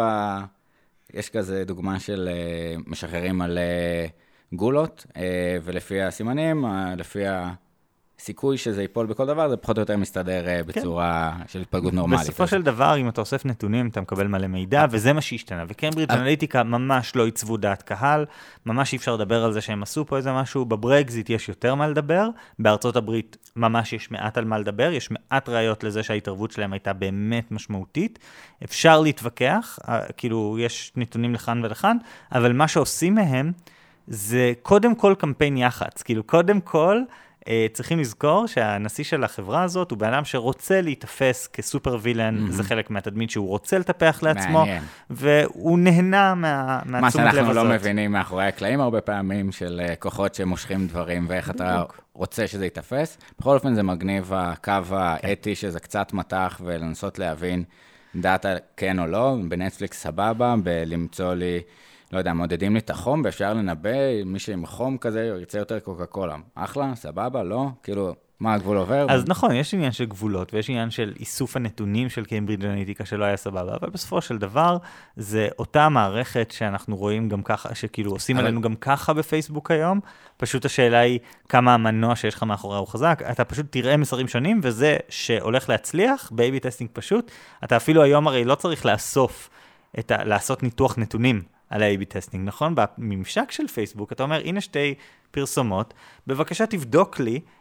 יש כזה דוגמה של uh, משחררים על uh, גולות, uh, ולפי הסימנים, uh, לפי ה... סיכוי שזה ייפול בכל דבר, זה פחות או יותר מסתדר בצורה של התפלגות נורמלית. בסופו של דבר, אם אתה אוסף נתונים, אתה מקבל מלא מידע, וזה מה שהשתנה. וקיימברידג' אנליטיקה ממש לא ייצבו דעת קהל, ממש אי אפשר לדבר על זה שהם עשו פה איזה משהו, בברקזיט יש יותר מה לדבר, בארצות הברית ממש יש מעט על מה לדבר, יש מעט ראיות לזה שההתערבות שלהם הייתה באמת משמעותית, אפשר להתווכח, כאילו יש נתונים לכאן ולכאן, אבל מה שעושים מהם, זה קודם כל קמפיין יח"צ, כאילו קודם כל, צריכים לזכור שהנשיא של החברה הזאת הוא באדם שרוצה להתאפס כסופר וילן, זה חלק מהתדמית שהוא רוצה לטפח לעצמו, והוא נהנה מהתשומת לב הזאת. מה שאנחנו לא מבינים מאחורי הקלעים הרבה פעמים של כוחות שמושכים דברים, ואיך אתה רוצה שזה יתאפס. בכל אופן זה מגניב הקו האתי שזה קצת מתח, ולנסות להבין דאטה כן או לא, בנטפליקס סבבה, בלמצוא לי... לא יודע, מודדים לי את החום, ואפשר לנבא, מי שעם חום כזה, ירצה יותר קוקה קולה. אחלה, סבבה, לא? כאילו, מה הגבול עובר? אז נכון, יש עניין של גבולות, ויש עניין של איסוף הנתונים של קיימברידג' אנליטיקה שלא היה סבבה, אבל בסופו של דבר, זה אותה מערכת שאנחנו רואים גם ככה, שכאילו עושים עלינו גם ככה בפייסבוק היום, פשוט השאלה היא כמה המנוע שיש לך מאחורי הוא חזק, אתה פשוט תראה מסרים שונים, וזה שהולך להצליח, בייבי טסטינג פשוט, אתה אפילו היום הרי לא צריך לאסוף, את ה- לעשות ניתוח נתונים, על ה-איי בי טסטינג, נכון? בממשק של פייסבוק, אתה אומר, הנה שתי פרסומות, בבקשה תבדוק לי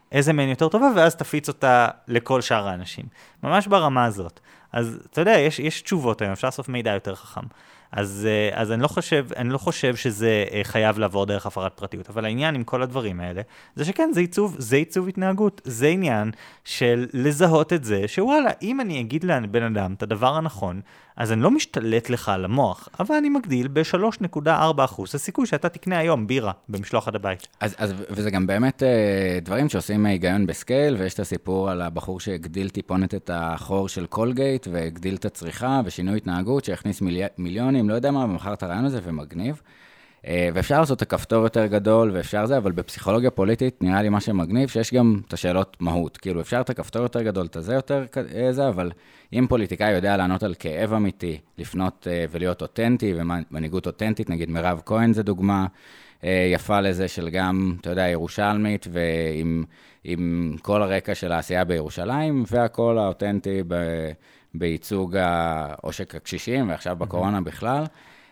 איזה מהן יותר טובה, ואז תפיץ אותה לכל שאר האנשים. ממש ברמה הזאת. אז אתה יודע, יש, יש תשובות היום, אפשר לעשות מידע יותר חכם. אז, אז אני לא חושב, אני לא חושב שזה חייב לעבור דרך הפרת פרטיות, אבל העניין עם כל הדברים האלה, זה שכן, זה עיצוב, זה עיצוב התנהגות, זה עניין של לזהות את זה, שוואלה, אם אני אגיד לבן אדם את הדבר הנכון, אז אני לא משתלט לך על המוח, אבל אני מגדיל ב-שלוש נקודה ארבע אחוז הסיכוי שאתה תקנה היום בירה במשלוח עד הבית. אז, אז, וזה גם באמת דברים שעושים היגיון בסקייל, ויש את הסיפור על הבחור שהגדיל טיפונת את החור של קולגייט, והגדיל את הצריכה ושינוי התנהגות, שהכניס מילי, מיליונים, לא יודע מה, ומחר את הרעיון הזה ומגניב. ואפשר לעשות את הכפתור יותר גדול, ואפשר זה, אבל בפסיכולוגיה פוליטית נראה לי מה שמגניב, שיש גם את השאלות מהות. כאילו, אפשר את הכפתור יותר גדול, את זה יותר זה, אבל אם פוליטיקאי יודע לענות על כאב אמיתי, לפנות ולהיות אותנטי, ומנהיגות אותנטית, נגיד מירב כהן זה דוגמה יפה לזה, של גם, אתה יודע, ירושלמית, ועם עם כל הרקע של העשייה בירושלים, והכל האותנטי ב, בייצוג העושק הקשישים, ועכשיו בקורונה בכלל.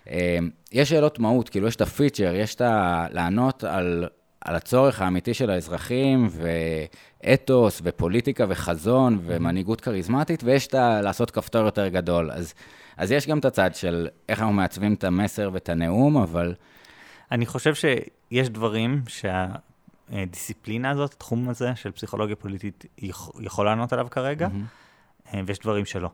יש שאלות מהות, כאילו יש את הפיצ'ר, יש את ה... לענות על, על הצורך האמיתי של האזרחים, ואתוס, ופוליטיקה, וחזון, ומנהיגות קריזמטית, ויש את ה... לעשות כפתור יותר גדול. אז, אז יש גם את הצד של איך אנחנו מעצבים את המסר ואת הנאום, אבל... אני חושב שיש דברים שהדיסציפלינה הזאת, התחום הזה של פסיכולוגיה פוליטית, יכול לענות עליו כרגע, mm-hmm. ויש דברים שלא.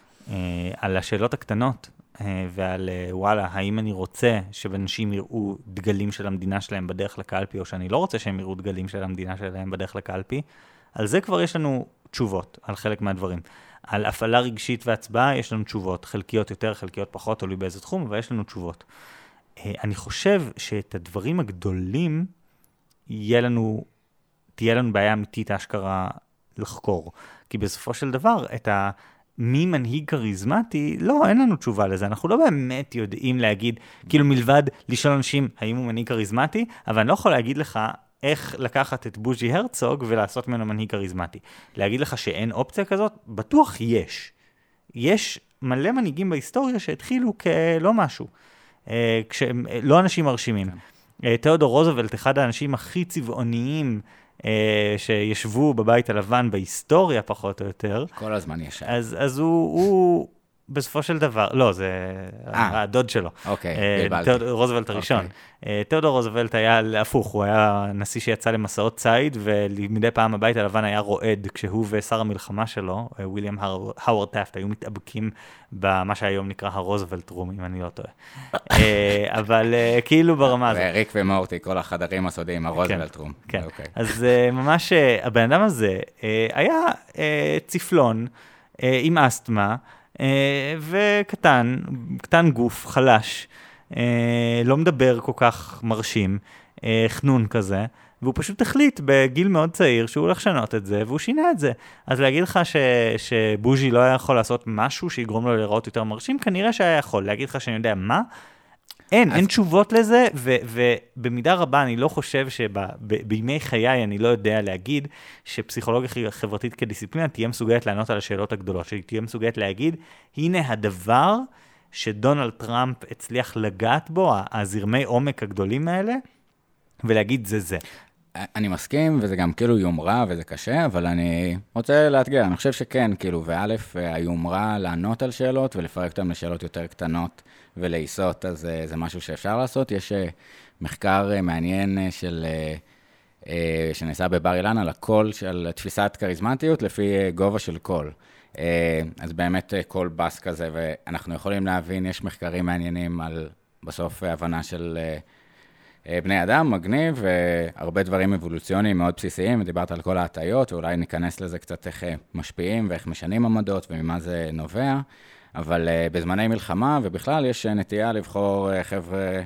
על השאלות הקטנות, ועל וואלה, האם אני רוצה שאנשים יראו דגלים של המדינה שלהם בדרך לקלפי, או שאני לא רוצה שהם יראו דגלים של המדינה שלהם בדרך לקלפי, על זה כבר יש לנו תשובות, על חלק מהדברים. על הפעלה רגשית והצבעה יש לנו תשובות, חלקיות יותר, חלקיות פחות, תלוי באיזה תחום, אבל יש לנו תשובות. אני חושב שאת הדברים הגדולים, יהיה לנו, תהיה לנו בעיה אמיתית אשכרה לחקור. כי בסופו של דבר, את ה... מי מנהיג קריזמטי, לא, אין לנו תשובה לזה. אנחנו לא באמת יודעים להגיד, כאילו מלבד לשאול אנשים, האם הוא מנהיג קריזמטי, אבל אני לא יכול להגיד לך איך לקחת את בוז'י הרצוג ולעשות ממנו מנהיג קריזמטי. להגיד לך שאין אופציה כזאת, בטוח יש. יש מלא מנהיגים בהיסטוריה שהתחילו כלא משהו. כשהם לא אנשים מרשימים. תיאודור רוזוולט, אחד האנשים הכי צבעוניים, שישבו בבית הלבן בהיסטוריה פחות או יותר. כל הזמן יש. אז, אז הוא, הוא בסופו של דבר, לא, זה הדוד שלו. אוקיי, בלבלתי. רוזוולט הראשון. תיאודור רוזוולט היה הפוך, הוא היה נשיא שיצא למסעות ציד, ומדי פעם הבית הלבן היה רועד, כשהוא ושר המלחמה שלו, וויליאם האוורד טאפט, היו מתאבקים במה שהיום נקרא הרוזוולט רום, אם אני לא טועה. אבל כאילו ברמה הזאת. וריק ומורטי, כל החדרים הסודיים, הרוזוולט רום. כן, אז ממש הבן אדם הזה היה צפלון עם אסתמה, וקטן, קטן גוף, חלש, לא מדבר כל כך מרשים, חנון כזה, והוא פשוט החליט בגיל מאוד צעיר שהוא הולך לשנות את זה, והוא שינה את זה. אז להגיד לך ש, שבוז'י לא היה יכול לעשות משהו שיגרום לו לראות יותר מרשים, כנראה שהיה יכול. להגיד לך שאני יודע מה? אין, אז... אין תשובות לזה, ו, ובמידה רבה אני לא חושב שבימי חיי אני לא יודע להגיד שפסיכולוגיה חברתית כדיסציפלינה תהיה מסוגלת לענות על השאלות הגדולות, שהיא תהיה מסוגלת להגיד, הנה הדבר שדונלד טראמפ הצליח לגעת בו, הזרמי עומק הגדולים האלה, ולהגיד זה זה. אני מסכים, וזה גם כאילו יומרה, וזה קשה, אבל אני רוצה לאתגר. אני חושב שכן, כאילו, וא', היומרה לענות על שאלות, ולפרק אותם לשאלות יותר קטנות, ולעיסות, אז זה משהו שאפשר לעשות. יש מחקר מעניין של, שנעשה בבר אילן, על הקול, של תפיסת קריזמטיות, לפי גובה של קול. אז באמת קול בס כזה, ואנחנו יכולים להבין, יש מחקרים מעניינים על, בסוף, הבנה של... בני אדם, מגניב, והרבה דברים אבולוציוניים מאוד בסיסיים, ודיברת על כל ההטיות, ואולי ניכנס לזה קצת איך משפיעים, ואיך משנים עמדות, וממה זה נובע, אבל בזמני מלחמה, ובכלל יש נטייה לבחור חבר'ה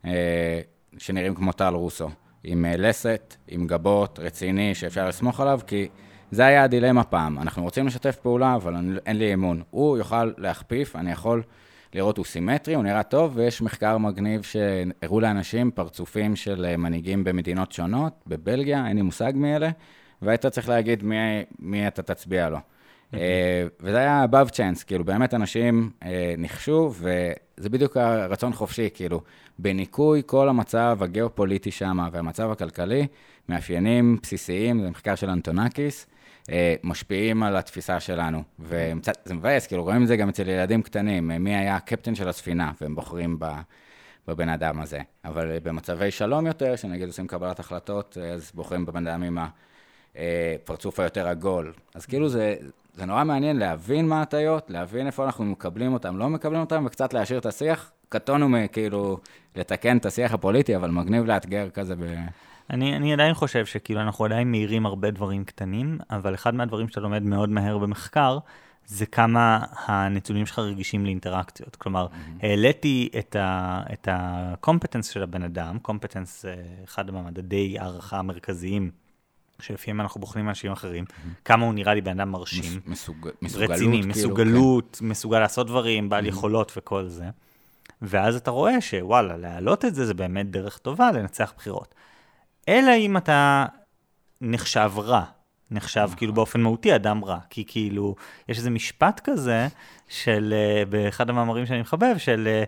שנראים כמו טל רוסו, עם לסת, עם גבות, רציני, שאפשר לסמוך עליו, כי זה היה הדילמה פעם. אנחנו רוצים לשתף פעולה, אבל אין לי אמון. הוא יוכל להכפיף, אני יכול... לראות הוא סימטרי, הוא נראה טוב, ויש מחקר מגניב שהראו לאנשים פרצופים של מנהיגים במדינות שונות, בבלגיה, אין לי מושג מי אלה, והיית צריך להגיד מי, מי אתה תצביע לו. Mm-hmm. וזה היה above chance, כאילו באמת אנשים נחשו, וזה בדיוק הרצון חופשי, כאילו, בניקוי כל המצב הגיאופוליטי שם, והמצב הכלכלי, מאפיינים בסיסיים, זה מחקר של אנטונקיס, משפיעים על התפיסה שלנו, וזה מבאס, כאילו רואים את זה גם אצל ילדים קטנים, מי היה הקפטן של הספינה, והם בוחרים בבן אדם הזה. אבל במצבי שלום יותר, שנגיד עושים קבלת החלטות, אז בוחרים בבן אדם עם הפרצוף היותר עגול. אז כאילו זה, זה נורא מעניין להבין מה הטיות, להבין איפה אנחנו מקבלים אותם, לא מקבלים אותם, וקצת להשאיר את השיח. קטונו כאילו לתקן את השיח הפוליטי, אבל מגניב לאתגר כזה ב... אני, אני עדיין חושב שכאילו אנחנו עדיין מהירים הרבה דברים קטנים, אבל אחד מהדברים שאתה לומד מאוד מהר במחקר, זה כמה הנתונים שלך רגישים לאינטראקציות. כלומר, mm-hmm. העליתי את ה, את הקומפטנס של הבן אדם, קומפטנס זה אחד המדדי הערכה המרכזיים, שלפיהם אנחנו בוחנים אנשים אחרים, mm-hmm. כמה הוא נראה לי בן אדם מרשים, מסוג, מסוגלות, רציני, כאילו, מסוגלות, כן. מסוגל לעשות דברים, בעל mm-hmm. יכולות וכל זה. ואז אתה רואה שוואלה, להעלות את זה, זה באמת דרך טובה לנצח בחירות. אלא אם אתה נחשב רע, נחשב כאילו באופן מהותי אדם רע, כי כאילו יש איזה משפט כזה של, באחד המאמרים שאני מחבב, של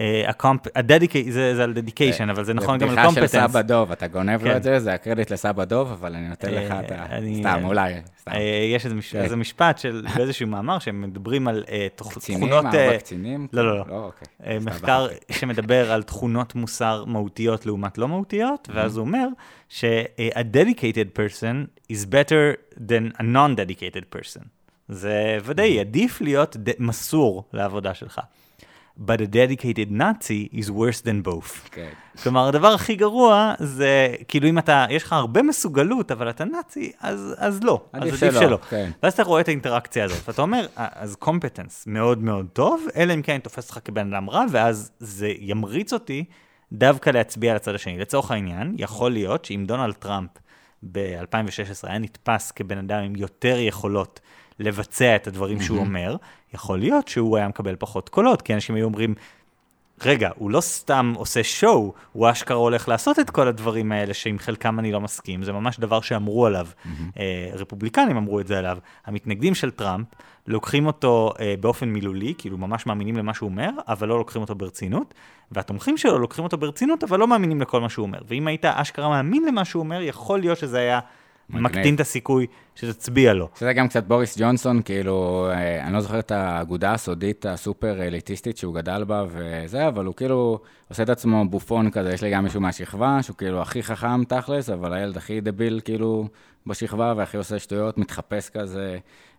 זה על dedication, אבל זה נכון גם על competence. זה בדיחה של סבא דוב, אתה גונב לו את זה, זה הקרדיט לסבא דוב, אבל אני נותן לך את ה... סתם, אולי, סתם. יש איזה משפט של באיזשהו מאמר, שהם מדברים על תכונות... קצינים, ארבע קצינים? לא, לא, לא. מחקר שמדבר על תכונות מוסר מהותיות לעומת לא מהותיות, ואז הוא אומר ש-a dedicated person is better than a non-dedicated person. זה ודאי, עדיף להיות מסור לעבודה שלך. But a dedicated Nazi is worse than both. Okay. כלומר, הדבר הכי גרוע זה, כאילו אם אתה, יש לך הרבה מסוגלות, אבל אתה נאצי, אז, אז לא. עדיף אז עדיף שלא. שלא. כן. ואז אתה רואה את האינטראקציה הזאת, ואתה אומר, אז competence מאוד מאוד טוב, אלא אם כן אני תופס לך כבן אדם רע, ואז זה ימריץ אותי דווקא להצביע על הצד השני. לצורך העניין, יכול להיות שאם דונלד טראמפ ב-אלפיים ושש עשרה היה נתפס כבן אדם עם יותר יכולות לבצע את הדברים שהוא אומר, יכול להיות שהוא היה מקבל פחות קולות, כי אנשים היו אומרים, רגע, הוא לא סתם עושה שואו, הוא אשכרה הולך לעשות את כל הדברים האלה, שעם חלקם אני לא מסכים, זה ממש דבר שאמרו עליו, רפובליקנים אמרו את זה עליו, המתנגדים של טראמפ, לוקחים אותו באופן מילולי, כאילו ממש מאמינים למה שהוא אומר, אבל לא לוקחים אותו ברצינות, והתומכים שלו לוקחים אותו ברצינות, אבל לא מאמינים לכל מה שהוא אומר, ואם היית אשכרה מאמין למה שהוא אומר, יכול להיות שזה היה מקטין את הסיכוי שתצביע לו. שזה גם קצת בוריס ג'ונסון, כאילו, אני לא זוכר את האגודה הסודית הסופר אליטיסטית שהוא גדל בה וזה, אבל הוא כאילו עושה את עצמו בופון כזה, יש לי גם מישהו מהשכבה, שהוא כאילו הכי חכם תכלס, אבל הילד הכי דביל כאילו בשכבה, והכי עושה שטויות, מתחפש כזה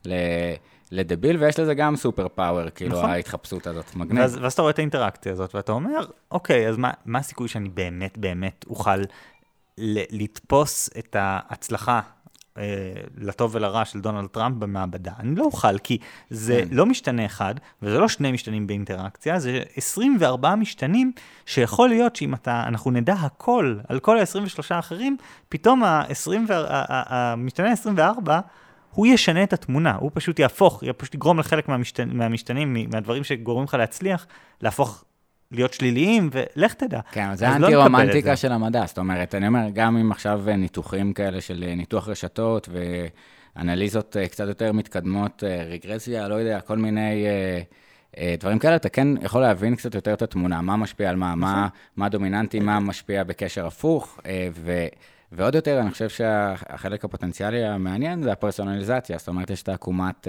לדביל, ויש לזה גם סופר פאוור, כאילו נכון. ההתחפשות הזאת, מגניב. ואז, ואז אתה רואה את האינטראקציה הזאת, ואתה אומר, אוקיי, אז מה, מה הסיכוי שאני באמת באמת אוכל לתפוס את ההצלחה אה, לטוב ולרע של דונלד טראמפ במעבדה. אני לא אוכל, כי זה כן. לא משתנה אחד, וזה לא שני משתנים באינטראקציה, זה עשרים וארבעה משתנים, שיכול להיות שאם אתה, אנחנו נדע הכל, על כל ה-עשרים ושלושה האחרים, פתאום המשתנה ה-עשרים וארבע, הוא ישנה את התמונה, הוא פשוט יהפוך, פשוט יגרום לחלק מהמשתנים, מהמשתנים, מהדברים שגורמים לך להצליח, להפוך להיות שליליים, ולך תדע. כן, זה האנטי-רומנטיקה של המדע, זאת אומרת, אני אומר, גם אם עכשיו ניתוחים כאלה של ניתוח רשתות, ואנליזות קצת יותר מתקדמות, רגרסיה, לא יודע, כל מיני דברים כאלה, אתה כן יכול להבין קצת יותר את התמונה, מה משפיע על מה, מה, מה דומיננטי, מה משפיע בקשר הפוך, ו... ועוד יותר, אני חושב שהחלק הפוטנציאלי המעניין זה הפרסונליזציה, זאת אומרת, יש את העקומת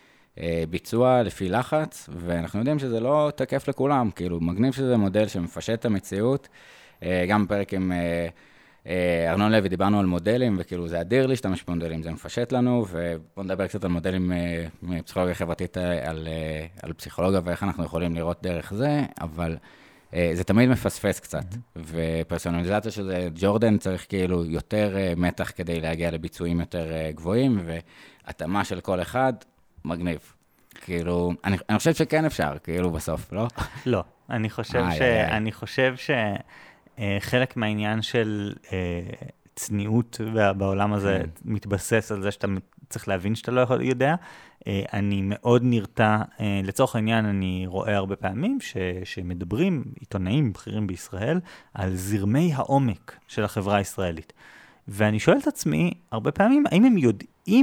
ביצוע לפי לחץ, ואנחנו יודעים שזה לא תקף לכולם, כאילו מגניב שזה מודל שמפשט את המציאות, גם בפרק עם ארנון לוי דיברנו על מודלים, וכאילו זה אדיר להשתמש במודלים, זה מפשט לנו, ובואו נדבר קצת על מודלים מפסיכולוגיה חברתית, על, על פסיכולוגיה ואיך אנחנו יכולים לראות דרך זה, אבל זה תמיד מפספס קצת, ופרסונליזציה שזה, ג'ורדן צריך כאילו יותר מתח כדי להגיע לביצועים יותר גבוהים, והתאמה של כל אחד, מגניב. כאילו, אני, אני חושב שכן אפשר, כאילו בסוף, לא? לא, אני חושב ש... אני חושב שחלק מהעניין של צניעות בעולם הזה מתבסס על זה שאתה צריך להבין שאתה לא יודע. אני מאוד נרתע, לצורך העניין אני רואה הרבה פעמים ש, שמדברים עיתונאים בכירים בישראל על זרמי העומק של החברה הישראלית. ואני שואל את עצמי הרבה פעמים, האם הם יודעים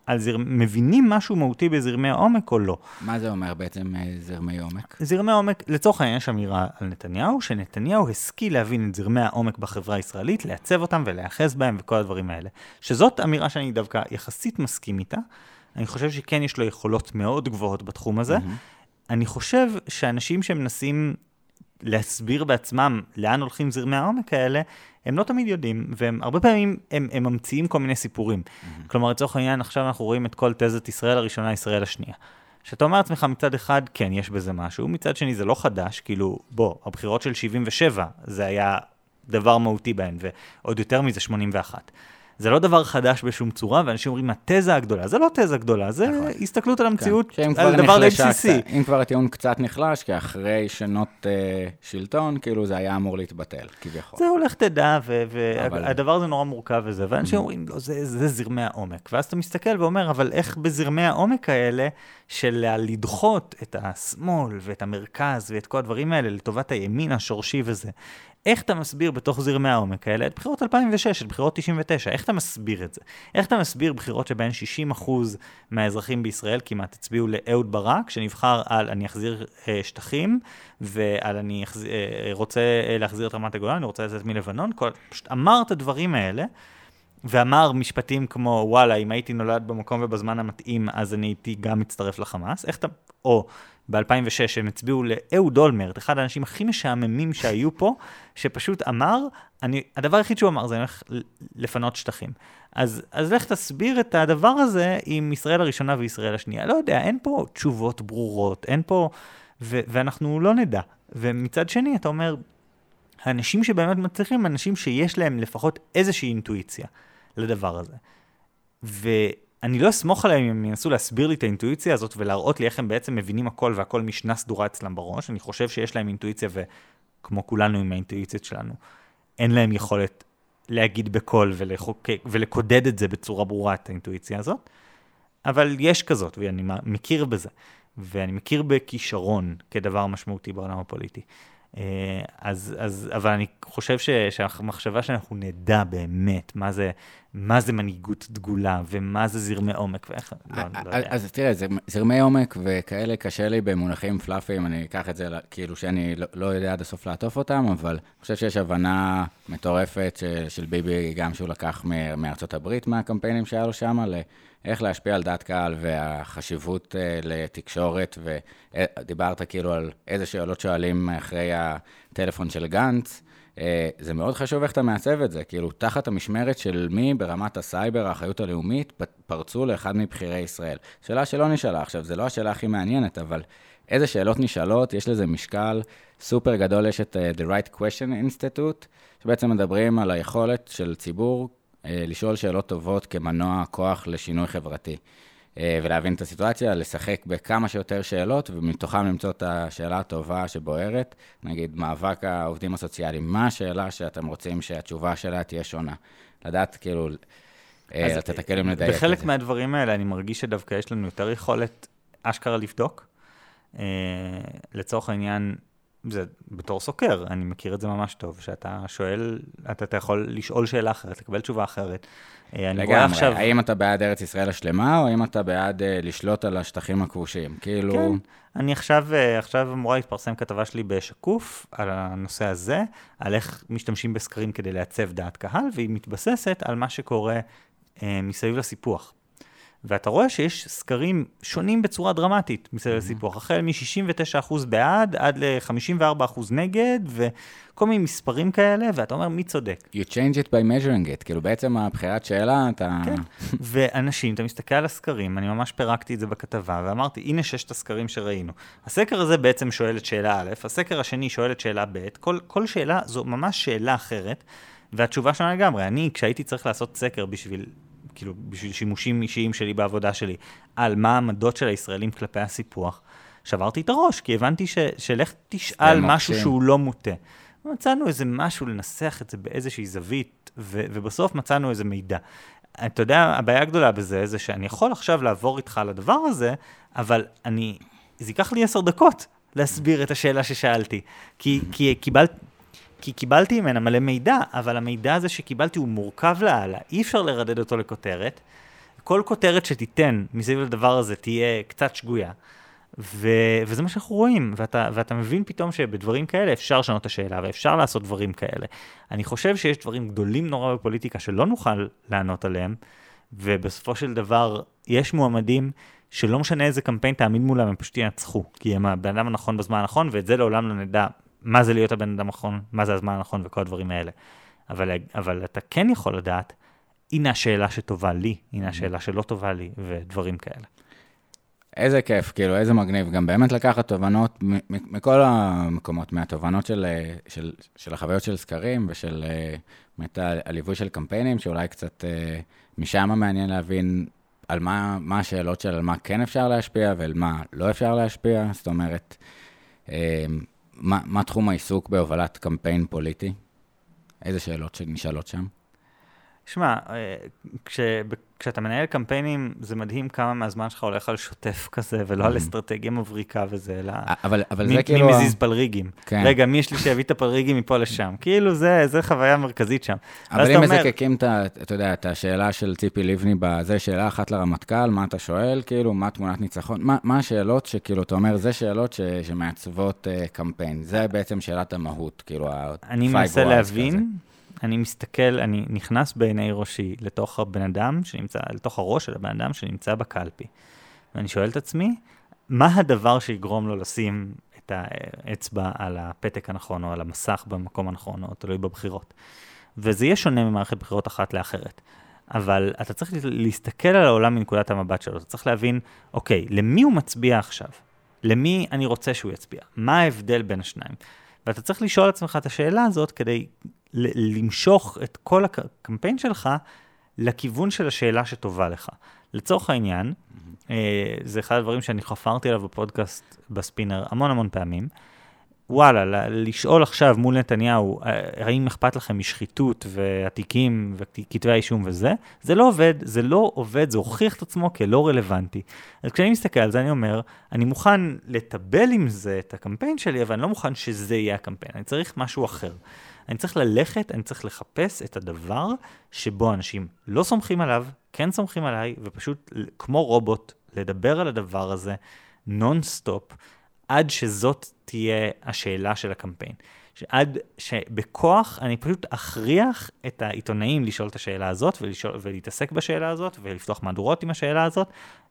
על זר... מבינים משהו מהותי בזרמי העומק או לא. מה זה אומר בעצם זרמי עומק? זרמי העומק, לצורך העניין יש אמירה על נתניהו, שנתניהו השכיל להבין את זרמי העומק בחברה הישראלית, לייצב אותם ולהיאחז בהם וכל הדברים האלה. שזאת אמירה שאני דווקא יחסית מסכים איתה. אני חושב שכן יש לו יכולות מאוד גבוהות בתחום הזה. Mm-hmm. אני חושב שאנשים שמנסים להסביר בעצמם לאן הולכים זרמי העומק האלה, הם לא תמיד יודעים, והם הרבה פעמים הם, הם ממציאים כל מיני סיפורים. Mm-hmm. כלומר, לצורך העניין, עכשיו אנחנו רואים את כל תזת ישראל הראשונה, ישראל השנייה. שאתה אומר לעצמך מצד אחד, כן, יש בזה משהו, מצד שני זה לא חדש, כאילו, בוא, הבחירות של שבעים ושבע, זה היה דבר מהותי בהן, ועוד יותר מזה שמונים ואחת. זה לא דבר חדש בשום צורה, ואנשים אומרים, התזה הגדולה, זה לא תזה גדולה, זה נכון. הסתכלות על המציאות, כן. על דבר די בסיסי. אם כבר הטיעון קצת נחלש, כי אחרי שנות uh, שלטון, כאילו זה היה אמור להתבטל, כביכול. זה הולך תדע, והדבר אבל... הזה נורא מורכב וזה, ואנשים mm-hmm. אומרים, לא, זה, זה זרמי העומק. ואז אתה מסתכל ואומר, אבל איך בזרמי העומק האלה, של לדחות את השמאל ואת המרכז ואת כל הדברים האלה, לטובת הימין השורשי וזה, איך אתה מסביר בתוך זרמי העומק האלה, את בחירות אלפיים ושש, את בחירות תשעים ותשע, איך אתה מסביר את זה? איך אתה מסביר בחירות שבהן שישים אחוז מהאזרחים בישראל כמעט הצביעו לאהוד ברק, שנבחר על אני אחזיר אה, שטחים, ועל אני אחזיר, אה, רוצה אה, להחזיר את רמת הגולן, אני רוצה לצאת מלבנון, כל, פשוט אמר את הדברים האלה, ואמר משפטים כמו, וואלה, אם הייתי נולד במקום ובזמן המתאים, אז אני הייתי גם מצטרף לחמאס. איך אתה, או ב-אלפיים ושש הם הצביעו לאהוד אולמרט, אחד האנשים הכי משעממים שהיו פה, שפשוט אמר, אני, הדבר היחיד שהוא אמר זה הולך לפנות שטחים. אז, אז לך תסביר את הדבר הזה עם ישראל הראשונה וישראל השנייה. לא יודע, אין פה תשובות ברורות, אין פה, ו, ואנחנו לא נדע. ומצד שני, אתה אומר, האנשים שבאמת מצליחים, אנשים שיש להם לפחות איזושהי אינטואיציה לדבר הזה. ואני לא אסמוך עליהם אם הם ינסו להסביר לי את האינטואיציה הזאת, ולהראות לי איך הם בעצם מבינים הכל, והכל משנה סדורה אצלם בראש. אני חושב שיש להם אינטואיציה, וכמו כולנו עם האינטואיציות שלנו, אין להם יכולת להגיד בקול ולחוקק, ולקודד את זה בצורה ברורה, את האינטואיציה הזאת. אבל יש כזאת, ואני מכיר בזה. ואני מכיר בכישרון כדבר משמעותי בעולם הפוליטי. אז, אז, אבל אני חושב ש, שהמחשבה שאנחנו נדע באמת מה זה, מה זה מנהיגות דגולה, ומה זה זרמי עומק, ואיך, לא, לא יודע. אז תראה, זרמי עומק וכאלה קשה לי במונחים פלאפיים, אני אקח את זה כאילו שאני לא, לא יודע עד הסוף לעטוף אותם, אבל אני חושב שיש הבנה מטורפת של, של ביבי, גם שהוא לקח מארצות הברית, מהקמפיינים שהיה לו שם, איך להשפיע על דעת קהל והחשיבות uh, לתקשורת, ודיברת כאילו על איזה שאלות שואלים אחרי הטלפון של גנץ, uh, זה מאוד חשוב איך אתה מעצב את זה, כאילו תחת המשמרת של מי ברמת הסייבר, האחריות הלאומית, פרצו לאחד מבחירי ישראל. שאלה שלא נשאלה עכשיו, זה לא השאלה הכי מעניינת, אבל איזה שאלות נשאלות, יש לזה משקל סופר גדול, יש את uh, The Right Question Institute, שבעצם מדברים על היכולת של ציבור, לשאול שאלות טובות כמנוע כוח לשינוי חברתי, ולהבין את הסיטואציה, לשחק בכמה שיותר שאלות, ומתוכם למצוא את השאלה הטובה שבוערת, נגיד מאבק העובדים הסוציאליים, מה השאלה שאתם רוצים שהתשובה שלה תהיה שונה? לדעת כאילו, לתת הכלים לדייק את זה. בחלק מהדברים האלה אני מרגיש שדווקא יש לנו יותר יכולת אשכרה לבדוק. לצורך העניין, זה בתור סוקר, אני מכיר את זה ממש טוב, שאתה שואל, אתה, אתה יכול לשאול שאלה אחרת, לקבל תשובה אחרת. לגמרי, עכשיו... האם אתה בעד ארץ ישראל השלמה, או האם אתה בעד uh, לשלוט על השטחים הכבושים? כאילו... כן, אני עכשיו, עכשיו אמורה להתפרסם כתבה שלי בשקוף, על הנושא הזה, על איך משתמשים בסקרים כדי לעצב דעת קהל, והיא מתבססת על מה שקורה uh, מסביב לסיפוח. ואתה רואה שיש סקרים שונים בצורה דרמטית מסביב לסיפוח, החל מ-שישים ותשעה אחוז בעד עד ל-חמישים וארבעה אחוז נגד, וכל מיני מספרים כאלה, ואתה אומר, מי צודק? You change it by measuring it, כאילו בעצם הבחירת שאלה, אתה... כן, ואנשים, אתה מסתכל על הסקרים, אני ממש פירקתי את זה בכתבה, ואמרתי, הנה ששת הסקרים שראינו. הסקר הזה בעצם שואל את שאלה א', הסקר השני שואל את שאלה ב', כל, כל שאלה זו ממש שאלה אחרת, והתשובה שונה לגמרי. אני, כשהייתי צריך לעשות סקר בשביל... כאילו, בשביל שימושים אישיים שלי בעבודה שלי, על מה העמדות של הישראלים כלפי הסיפוח, שברתי את הראש, כי הבנתי ש, שלך תשאל משהו שהוא לא מוטה. מצאנו איזה משהו לנסח את זה באיזושהי זווית, ו, ובסוף מצאנו איזה מידע. אתה יודע, הבעיה הגדולה בזה, זה שאני יכול עכשיו לעבור איתך על הדבר הזה, אבל אני, זה ייקח לי עשר דקות להסביר את השאלה ששאלתי, כי, כי קיבלת, כי קיבלתי ממנה מלא מידע, אבל המידע הזה שקיבלתי הוא מורכב להעלה, אי אפשר לרדד אותו לכותרת. כל כותרת שתיתן מסביב לדבר הזה תהיה קצת שגויה. ו... וזה מה שאנחנו רואים, ואתה, ואתה מבין פתאום שבדברים כאלה אפשר לשנות את השאלה, ואפשר לעשות דברים כאלה. אני חושב שיש דברים גדולים נורא בפוליטיקה שלא נוכל לענות עליהם, ובסופו של דבר יש מועמדים שלא משנה איזה קמפיין תעמיד מולם, הם פשוט ינצחו, כי הם הבן אדם הנכון בזמן הנכון, ואת זה לעולם לא נדע מה זה להיות הבן אדם הנכון, מה זה הזמן הנכון וכל הדברים האלה. אבל, אבל אתה כן יכול לדעת, הנה השאלה שטובה לי, הנה השאלה שלא טובה לי, ודברים כאלה. איזה כיף, כאילו, איזה מגניב. גם באמת לקחת תובנות מכל המקומות, מהתובנות של, של, של החוויות של סקרים, ושל באמת הליווי של קמפיינים, שאולי קצת משם מעניין להבין על מה, מה השאלות של על מה כן אפשר להשפיע, ועל מה לא אפשר להשפיע. זאת אומרת, מה, מה תחום העיסוק בהובלת קמפיין פוליטי? איזה שאלות שנשאלות שם? שמע, כש, כשאתה מנהל קמפיינים, זה מדהים כמה מהזמן שלך הולך על שוטף כזה, ולא על אסטרטגיה מבריקה וזה, אלא... אבל, אבל מי, זה כאילו... מי מזיז פלריגים. כן. רגע, מי יש לי שהביא את הפלריגים מפה לשם? כאילו, זה, זה חוויה מרכזית שם. אבל אם מזקקים את, אתה יודע, את השאלה של ציפי לבני, בזה שאלה אחת לרמטכ"ל, מה אתה שואל, כאילו, מה תמונת ניצחון? מה, מה השאלות שכאילו, אתה אומר, זה שאלות ש, שמעצבות uh, קמפיין. זה בעצם שאלת המהות, כאילו, אני מנסה להבין... אני מסתכל, אני נכנס בעיני ראשי לתוך הבן אדם שנמצא, לתוך הראש של הבן אדם שנמצא בקלפי. ואני שואל את עצמי, מה הדבר שיגרום לו לשים את האצבע על הפתק הנכון, או על המסך במקום הנכון, או תלוי בבחירות. וזה יהיה שונה ממערכת בחירות אחת לאחרת. אבל אתה צריך להסתכל על העולם מנקודת המבט שלו. אתה צריך להבין, אוקיי, למי הוא מצביע עכשיו? למי אני רוצה שהוא יצביע? מה ההבדל בין השניים? ואתה צריך לשאול עצמך את השאלה הזאת כדי למשוך את כל הקמפיין שלך לכיוון של השאלה שטובה לך. לצורך העניין, זה אחד הדברים שאני חפרתי עליו בפודקאסט בספינר המון המון פעמים, וואלה, לשאול עכשיו מול נתניהו, האם אכפת לכם משחיתות ועתיקים וכתבי האישום וזה, זה לא עובד, זה לא עובד, זה הוכיח את עצמו כלא רלוונטי. אז כשאני מסתכל על זה, אני אומר, אני מוכן לטבל עם זה את הקמפיין שלי, אבל אני לא מוכן שזה יהיה הקמפיין, אני צריך משהו אחר. אני צריך ללכת, אני צריך לחפש את הדבר שבו אנשים לא סומכים עליו, כן סומכים עליי, ופשוט כמו רובוט, לדבר על הדבר הזה נון-סטופ, עד שזאת תהיה השאלה של הקמפיין. עד שבכוח אני פשוט אכריח את העיתונאים לשאול את השאלה הזאת, ולשאול, ולהתעסק בשאלה הזאת, ולפתוח מהדורות עם השאלה הזאת,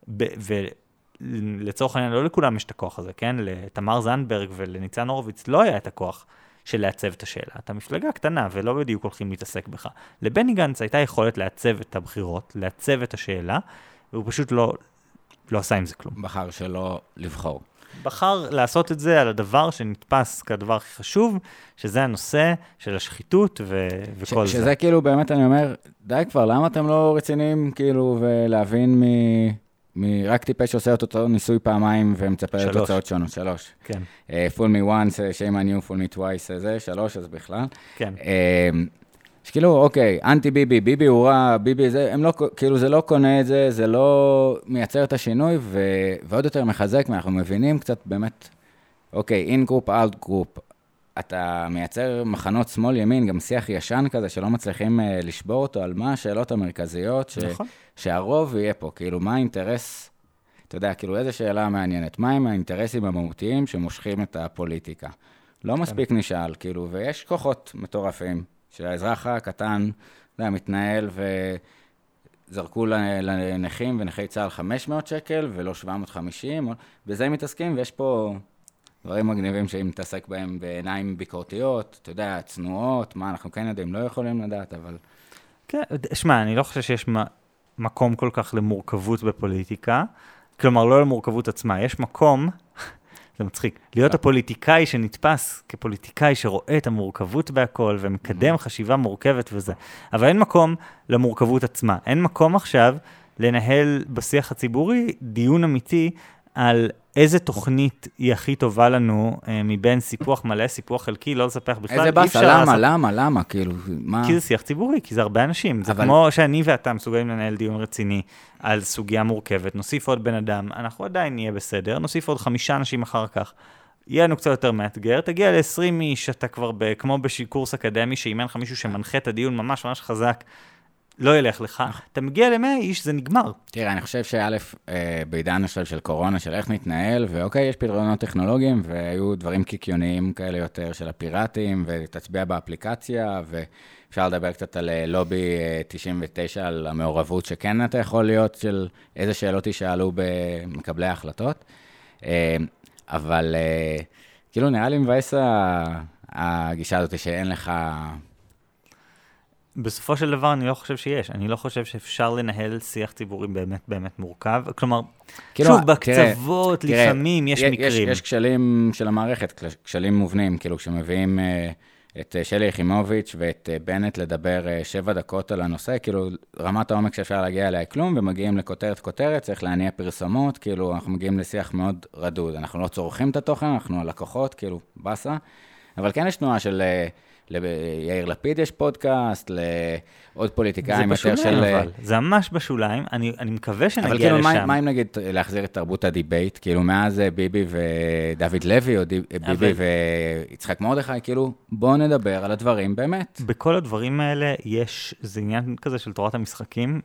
ולצורך העניין, לא לכולם יש את הכוח הזה, כן? לתמר זנדברג ולניצן הורוביץ לא היה את הכוח של לעצב את השאלה. אתה מפלגה קטנה, ולא בדיוק הולכים להתעסק בך. לבני גנץ הייתה יכולת לעצב את הבחירות, לעצב את השאלה, והוא פשוט לא, לא עשה עם זה כלום. בחר שלא לבחור. בחר לעשות את זה על הדבר שנתפס כדבר הכי חשוב, שזה הנושא של השחיתות ו- וכל ש- זה. שזה כאילו באמת אני אומר, די כבר, למה אתם לא רציניים כאילו ולהבין מ- מ- רק טיפש שעושה את אותו ניסוי פעמיים ומצפה לתוצאות שונות, שלוש. כן. Uh, fool me once, shame on you, fool me twice, זה שלוש, אז בכלל. כן. Uh, שכאילו, אוקיי, אנטי ביבי, ביבי הוא רע, ביבי זה, הם לא, כאילו זה לא קונה את זה, זה לא מייצר את השינוי, ו, ועוד יותר מחזק, אנחנו מבינים קצת באמת, אוקיי, אין גרופ, אאוט גרופ, אתה מייצר מחנות שמאל ימין, גם שיח ישן כזה, שלא מצליחים uh, לשבור אותו, על מה השאלות המרכזיות, ש, נכון. שהרוב יהיה פה, כאילו, מה האינטרס, אתה יודע, כאילו, איזו שאלה מעניינת, מה הם האינטרסים המהותיים שמושכים את הפוליטיקה? לא מספיק נשאל, כאילו, ויש כוחות מטורפים. שהאזרח הקטן, אתה יודע, מתנהל וזרקו לנכים ונכי צהל חמש מאות שקל ולא שבע מאות וחמישים, בזה הם מתעסקים, ויש פה דברים מגניבים שהם מתעסק בהם בעיניים ביקורתיות, אתה יודע, צנועות, מה אנחנו כן יודעים, לא יכולים לדעת, אבל... כן, שמע, אני לא חושב שיש מקום כל כך למורכבות בפוליטיקה, כלומר, לא למורכבות עצמה, יש מקום... זה מצחיק. להיות הפוליטיקאי שנתפס כפוליטיקאי שרואה את המורכבות בהכל ומקדם חשיבה מורכבת וזה. אבל אין מקום למורכבות עצמה. אין מקום עכשיו לנהל בשיח הציבורי דיון אמיתי על איזה תוכנית היא הכי טובה לנו מבין סיפוח מלא, סיפוח חלקי, לא לספח בכלל. איזה בסה, למה, למה, למה, כאילו, מה? כי זה שיח ציבורי, כי זה הרבה אנשים. זה כמו שאני ואתה מסוגלים לנהל דיון רציני על סוגיה מורכבת, נוסיף עוד בן אדם, אנחנו עדיין נהיה בסדר, נוסיף עוד חמישה אנשים אחר כך. יהיה לנו קצת יותר מאתגר, תגיע ל-עשרים איש, אתה כבר כמו בקורס אקדמי, שאימן לך מישהו שמנחה את הדיון ממש ממש חזק, לא ילך לך. אתה מגיע ל-מאה איש, זה נגמר. תראה, אני חושב שא', בעידן השלב של קורונה, של איך נתנהל, ואוקיי, יש פתרונות טכנולוגיים, והיו דברים קיקיוניים כאלה יותר של הפיראטים, ותצביע באפליקציה, ואפשר לדבר קצת על לובי תשעים ותשע, על המעורבות שכן אתה יכול להיות, של איזה שאלות ישאלו במקבלי ההחלטות. אבל כאילו נראה לי מבאס הגישה הזאת שאין לך... בסופו של דבר אני לא חושב שיש, אני לא חושב שאפשר לנהל שיח ציבורי באמת באמת מורכב, כלומר, כאילו, שוב, בקצוות תראה, לפעמים תראה, יש, יש מקרים. יש, יש כשלים של המערכת, כשלים מובנים, כאילו כשמביאים uh, את שלי יחימוביץ' ואת uh, בנט לדבר uh, שבע דקות על הנושא, כאילו רמת העומק שאפשר להגיע אליה כלום, ומגיעים לכותרת כותרת, צריך להניע פרסומות, כאילו אנחנו מגיעים לשיח מאוד רדוד, אנחנו לא צורכים את התוכן, אנחנו הלקוחות, כאילו בסה, אבל כן יש תנועה של... Uh, ליאיר לפיד יש פודקאסט, לעוד פוליטיקאים יותר של... זה בשוליים, אבל. זה ממש בשוליים. אני, אני מקווה שנגיע לשם. אבל כאילו, מה, מה אם נגיד להחזיר את תרבות הדיבייט? כאילו, מאז ביבי ודוד לוי, או ביבי אבל... ויצחק מרדכי, כאילו, בואו נדבר על הדברים באמת. בכל הדברים האלה יש, זה עניין כזה של תורת המשחקים,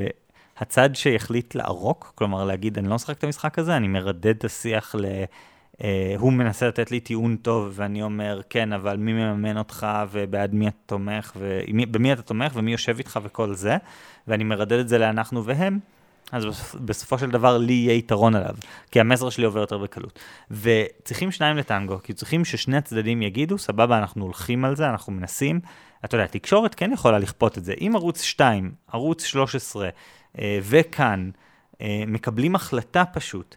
שהצד שיחליט לערוק, כלומר להגיד, אני לא משחק את המשחק הזה, אני מרדד את השיח ל... Uh, הוא מנסה לתת לי טיעון טוב, ואני אומר, כן, אבל מי מממן אותך, ובעד מי אתה תומך, ובמי אתה תומך, ומי יושב איתך וכל זה, ואני מרדד את זה לאנחנו והם, אז בסופו של דבר לי יהיה יתרון עליו, כי המסר שלי עובר יותר בקלות. וצריכים שניים לטנגו, כי צריכים ששני הצדדים יגידו, סבבה, אנחנו הולכים על זה, אנחנו מנסים, אתה יודע, תקשורת כן יכולה לכפות את זה. אם ערוץ שתיים, ערוץ שלוש עשרה, uh, וכאן, uh, מקבלים החלטה פשוט,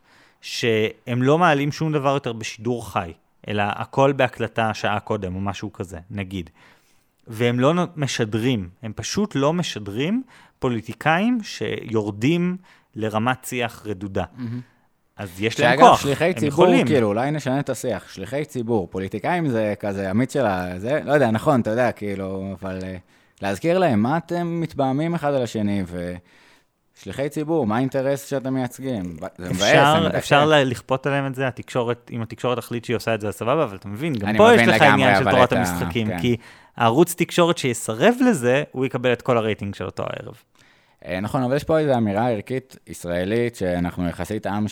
שהם לא מעלים שום דבר יותר בשידור חי, אלא הכל בהקלטה שעה קודם, או משהו כזה, נגיד. והם לא משדרים, הם פשוט לא משדרים פוליטיקאים שיורדים לרמת שיח רדודה. Mm-hmm. אז יש להם כוח, שליחי הם ציבור, יכולים. כאילו, אולי נשנה את השיח, שליחי ציבור, פוליטיקאים זה כזה, עמית שלה, זה, לא יודע, נכון, אתה יודע, כאילו, אבל להזכיר להם, מה אתם מתבאמים אחד על השני, ו... שליחי ציבור, מה האינטרס שאתם מייצגים? אפשר, אפשר לכפות עליהם את זה, התקשורת, אם התקשורת החליט שהיא עושה את זה הסבבה, אבל אתה מבין, גם פה יש לך עניין של תורת המשחקים, כי הערוץ תקשורת שיסרב לזה, הוא יקבל את כל הרייטינג של אותו הערב. נכון, אבל יש פה איזו אמירה ערכית ישראלית, שאנחנו יחסית עם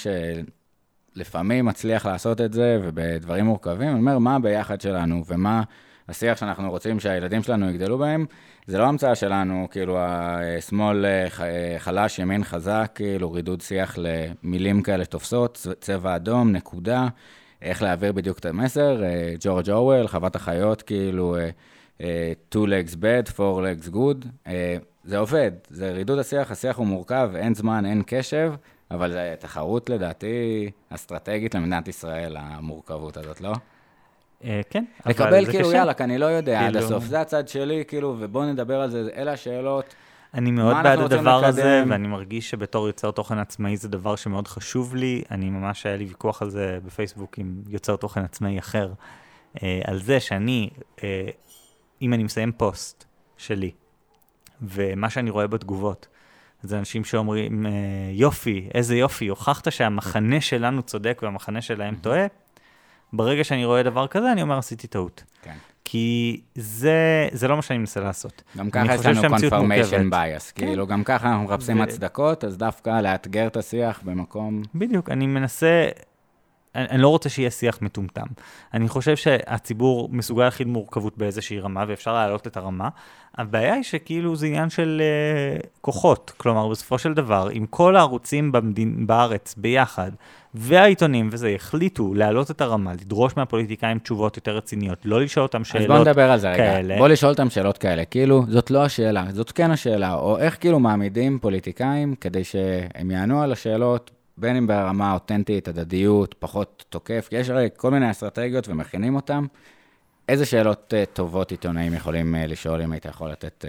שלפעמים מצליח לעשות את זה, ובדברים מורכבים, אני אומר, מה ביחד שלנו, ומה השיח שאנחנו רוצים שהילדים שלנו יגדלו בהם, זה לא המצאה שלנו, כאילו, השמאל חלש, ימין חזק, כאילו, רידוד שיח למילים כאלה תופסות, צבע אדום, נקודה, איך להעביר בדיוק את המסר, ג'ורג' אורוול, חוות החיות, כאילו, two legs bad, four legs good, זה עובד, זה רידוד השיח, השיח הוא מורכב, אין זמן, אין קשב, אבל זה תחרות לדעתי אסטרטגית למדינת ישראל, המורכבות הזאת, לא? כן, לקבל כאילו, יאללה, כי אני לא יודע עד הסוף, זה הצד שלי, כאילו, ובואו נדבר על זה, אלה השאלות. אני מאוד בעד הדבר הזה, ואני מרגיש שבתור יוצר תוכן עצמאי זה דבר שמאוד חשוב לי, אני ממש היה לי ויכוח על זה בפייסבוק עם יוצר תוכן עצמאי אחר, על זה שאני, אם אני מסיים פוסט שלי, ומה שאני רואה בתגובות, זה אנשים שאומרים, יופי, איזה יופי, הוכחת שהמחנה שלנו צודק והמחנה שלהם טועה, ברגע שאני רואה דבר כזה, אני אומר, עשיתי טעות. כן. כי זה, זה לא מה שאני מנסה לעשות. גם ככה יש לנו confirmation bias. כן. כאילו, גם ככה אנחנו מחפשים ו... הצדקות, אז דווקא לאתגר את השיח במקום... בדיוק, אני מנסה... אני, אני לא רוצה שיהיה שיח מטומטם. אני חושב שהציבור מסוגל להכיל מורכבות באיזושהי רמה, ואפשר להעלות את הרמה. הבעיה היא שכאילו זה עניין של uh, כוחות. כלומר, בסופו של דבר, אם כל הערוצים במדין, בארץ ביחד, והעיתונים וזה יחליטו להעלות את הרמה, לדרוש מהפוליטיקאים תשובות יותר רציניות, לא לשאול אותם שאלות כאלה. אז בוא נדבר על זה רגע. בוא לשאול אותם שאלות כאלה. כאילו, זאת לא השאלה, זאת כן השאלה. או איך כאילו מעמידים פוליטיקאים כדי שהם יענו על השאלות, בין אם ברמה אותנטית, הדדיות, פחות תוקף, יש הרי כל מיני אסטרטגיות ומכינים אותם. איזה שאלות טובות עיתונאים יכולים לשאול אם היית יכול לתת?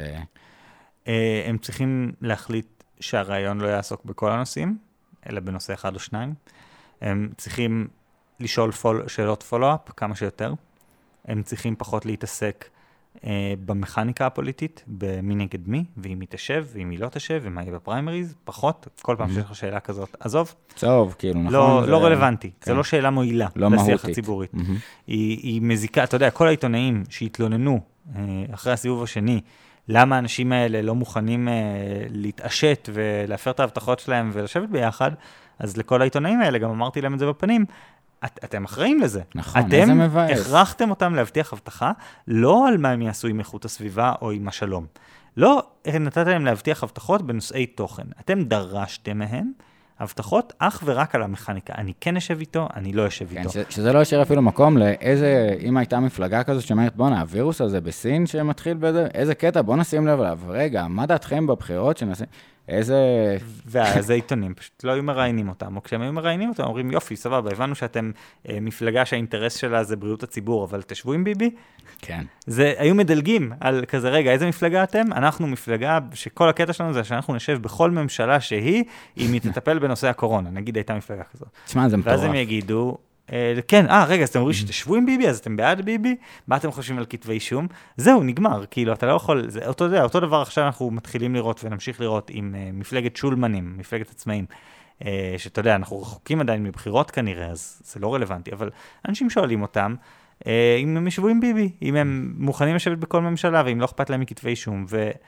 הם צריכים להחליט שהרעיון לא יעסוק בכל הנושאים, אלא בנושא אחד או שניים. הם צריכים לשאול פול, שאלות פולו-אפ כמה שיותר. הם צריכים פחות להתעסק אה, במכניקה הפוליטית, במי נגד מי, ואם היא תשב, ואם היא לא תשב, ומה יהיה בפריימריז, פחות. כל פעם שיש לך שאלה כזאת, עזוב. טוב, כאילו, נכון. לא, זה... לא רלוונטי. כן. זה לא שאלה מועילה. לא לשיח מהותית. הציבורית. היא, היא מזיקה, אתה יודע, כל העיתונאים שהתלוננו אה, אחרי הסיבוב השני, למה האנשים האלה לא מוכנים uh, להתעשת ולהפר את ההבטחות שלהם ולשבת ביחד, אז לכל העיתונאים האלה, גם אמרתי להם את זה בפנים, את, אתם אחראים לזה. נכון, איזה מבאס. אתם הכרחתם אותם להבטיח הבטחה, לא על מה הם יעשו עם איכות הסביבה או עם השלום. לא נתתם להם להבטיח הבטחות בנושאי תוכן. אתם דרשתם מהם הבטחות אך ורק על המכניקה. אני כן אשב איתו, אני לא אשב איתו. כן, שזה לא ישאר אפילו מקום לאיזה, אם הייתה מפלגה כזאת שאומרת, בוא נה, הווירוס הזה בסין שמתחיל בזה, איזה קטע, בוא נשים לב אליו. רגע, מה דעתכם בבחירות שנשים? איזה... ואז העיתונים פשוט לא היו מראיינים אותם, או כשהם היו מראיינים אותם, אומרים, יופי, סבבה, הבנו שאתם אה, מפלגה שהאינטרס שלה זה בריאות הציבור, אבל תשבו עם ביבי? כן. זה, היו מדלגים על כזה, רגע, איזה מפלגה אתם? אנחנו מפלגה שכל הקטע שלנו זה שאנחנו נשב בכל ממשלה שהיא, אם היא תטפל בנושא הקורונה, נגיד הייתה מפלגה כזאת. תשמע, זה מטורף. ואז הם יגידו, כן, אה, רגע, אז אתם אומרים שתשבו עם ביבי, אז אתם בעד ביבי? מה אתם חושבים על כתבי אישום? זהו, נגמר, כאילו, אתה לא יכול, זה אותו, זה, אותו דבר עכשיו אנחנו מתחילים לראות ונמשיך לראות עם uh, מפלגת שולמנים, מפלגת עצמאים, uh, שאתה יודע, אנחנו רחוקים עדיין מבחירות כנראה, אז זה לא רלוונטי, אבל אנשים שואלים אותם, uh, אם הם ישבו עם ביבי, אם הם מוכנים לשבת בכל ממשלה, ואם לא אכפת להם מכתבי אישום,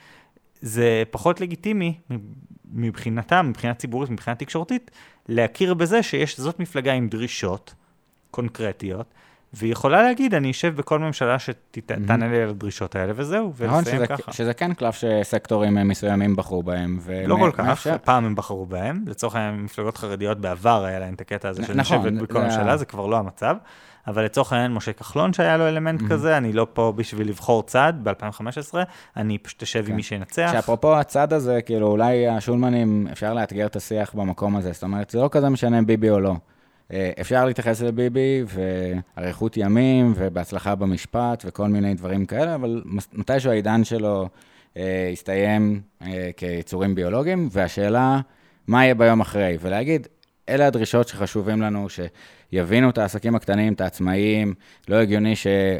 וזה פחות לגיטימי מבחינתם, מבחינה ציבורית, מבחינה תקשורתית, להכיר בזה שיש זאת מפלגה עם דרישות, קונקרטיות, והיא יכולה להגיד, אני אשב בכל ממשלה שתענה לי על הדרישות האלה, וזהו, ולסיים ככה. שזה כן קלף שסקטורים מסוימים בחרו בהם. לא כל כך, פעם הם בחרו בהם, לצורך המפלגות חרדיות בעבר היה להם את הקטע הזה של לשבת בכל ממשלה, זה כבר לא המצב, אבל לצורך העניין משה כחלון שהיה לו אלמנט כזה, אני לא פה בשביל לבחור צד ב-אלפיים וחמש עשרה, אני פשוט אשב עם מי שינצח. שאפרופו הצד הזה, כאילו אולי השולמנים, אפשר לאתגר את השיח במקום הזה, זאת אומרת, זה לא כזה משנה ביבי או לא. אפשר להתייחס לביבי ועריכות ימים ובהצלחה במשפט וכל מיני דברים כאלה, אבל מתישהו העידן שלו הסתיים כיצורים ביולוגיים, והשאלה, מה יהיה ביום אחרי? ולהגיד, אלה הדרישות שחשובים לנו, שיבינו את העסקים הקטנים, את העצמאיים, לא הגיוני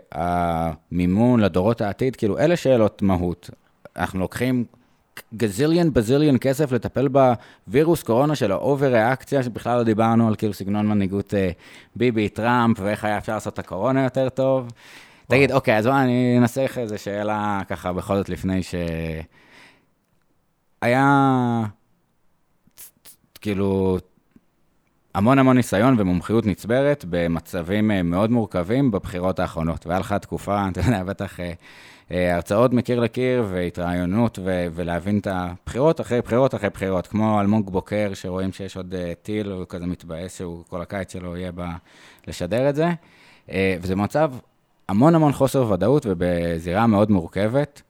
שהמימון לדורות העתיד, כאילו אלה שאלות מהות. אנחנו לוקחים גזיליאן, בזיליאן כסף לטפל בווירוס קורונה של האובר-ריאקציה, שבכלל לא דיברנו על כאילו סגנון מנהיגות אה, ביבי, טראמפ, ואיך היה אפשר לעשות את הקורונה יותר טוב. וואו. תגיד, אוקיי, אז בוא, אני אנסה לך איזו שאלה ככה בכל זאת לפני ש... היה כאילו המון המון ניסיון ומומחיות נצברת במצבים מאוד מורכבים בבחירות האחרונות, והיה לך תקופה, אתה יודע, בטח... הרצאות מקיר לקיר והתרעיונות ו- ולהבין את הבחירות אחרי בחירות אחרי בחירות, כמו אלמוג בוקר שרואים שיש עוד טיל, הוא כזה מתבאס שהוא כל הקיץ שלו יהיה בה לשדר את זה, וזה מצב המון המון חוסר ודאות ובזירה מאוד מורכבת.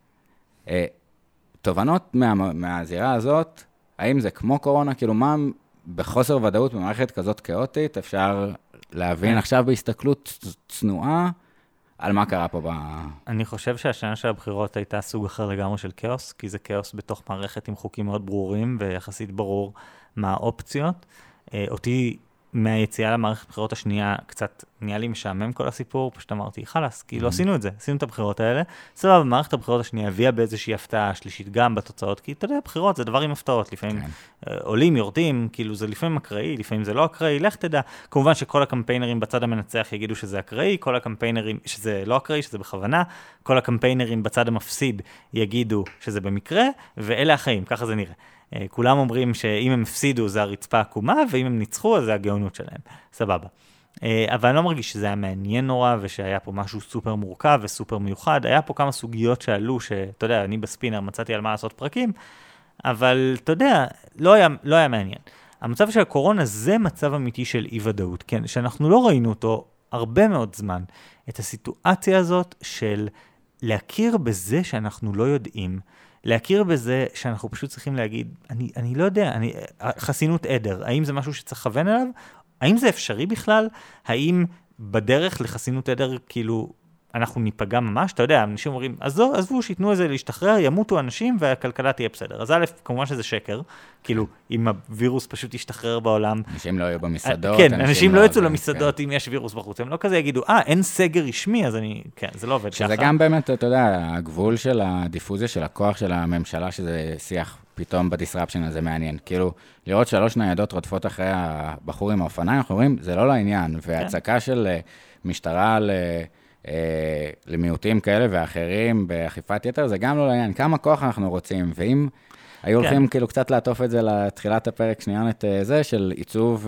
תובנות מה- מהזירה הזאת, האם זה כמו קורונה, כאילו מה בחוסר ודאות במערכת כזאת כאוטית אפשר להבין עכשיו בהסתכלות צנועה, על מה קרה פה ב... אני חושב שהשנה של הבחירות הייתה סוג אחר לגמרי של כאוס, כי זה כאוס בתוך מערכת עם חוקים מאוד ברורים, ויחסית ברור מה האופציות. אותי מהיציאה למערכת הבחירות השנייה, קצת נהיה לי משעמם כל הסיפור, פשוט אמרתי, חלס, כי לא עשינו את זה, עשינו את הבחירות האלה. סבבה, מערכת הבחירות השנייה הביאה באיזושהי הפתעה שלישית גם בתוצאות, כי אתה יודע, הבחירות זה דבר עם הפתעות, לפעמים עולים, יורדים, כאילו זה לפעמים אקראי, לפעמים זה לא אקראי, לך תדע. כמובן שכל הקמפיינרים בצד המנצח יגידו שזה אקראי, כל הקמפיינרים שזה לא אקראי, שזה בכוונה, כל הקמפיינרים בצד המפסיד יגידו שזה במקרה, ואלה החיים, ככה זה נראה. כולם אומרים שאם הם הפסידו זה הרצפה עקומה, ואם הם ניצחו אז זה הגאונות שלהם. סבבה. אבל אני לא מרגיש שזה היה מעניין נורא, ושהיה פה משהו סופר מורכב וסופר מיוחד. היה פה כמה סוגיות שעלו, שאתה יודע, אני בספינר מצאתי על מה לעשות פרקים, אבל אתה יודע, לא היה, לא היה מעניין. המצב של הקורונה זה מצב אמיתי של אי-ודאות, כן? שאנחנו לא ראינו אותו הרבה מאוד זמן. את הסיטואציה הזאת של להכיר בזה שאנחנו לא יודעים, להכיר בזה שאנחנו פשוט צריכים להגיד, אני, אני לא יודע, אני, חסינות עדר, האם זה משהו שצריך לכוון אליו? האם זה אפשרי בכלל? האם בדרך לחסינות עדר, כאילו, אנחנו ניפגע ממש? אתה יודע, אנשים אומרים, עזבו, עזבו, שיתנו איזה להשתחרר, ימותו אנשים והכלכלה תהיה בסדר. אז א', כמובן שזה שקר, כאילו, אם הווירוס פשוט ישתחרר בעולם... אנשים לא יהיו במסעדות. כן, אנשים, אנשים לא יצאו למסעדות אם יש וירוס בחוץ. הם לא כזה יגידו, אה, אין סגר רשמי, אז אני... כן, זה לא עובד ככה. שזה גם באמת, אתה יודע, הגבול של הדיפוזיה של הכוח של הממשלה, שזה שיח פתאום בדיסרפשן הזה מעניין. כאילו, לראות שלוש ניידות רודפות אחרי הבחור עם האופניים, אנחנו אומרים, זה לא לעניין. והצקה של משטרה על למיעוטים כאלה ואחרים באכיפת יתר, זה גם לא לעניין, כמה כוח אנחנו רוצים, ואם היו הולכים כאילו קצת לעטוף את זה לתחילת הפרק, שנייה את זה, של עיצוב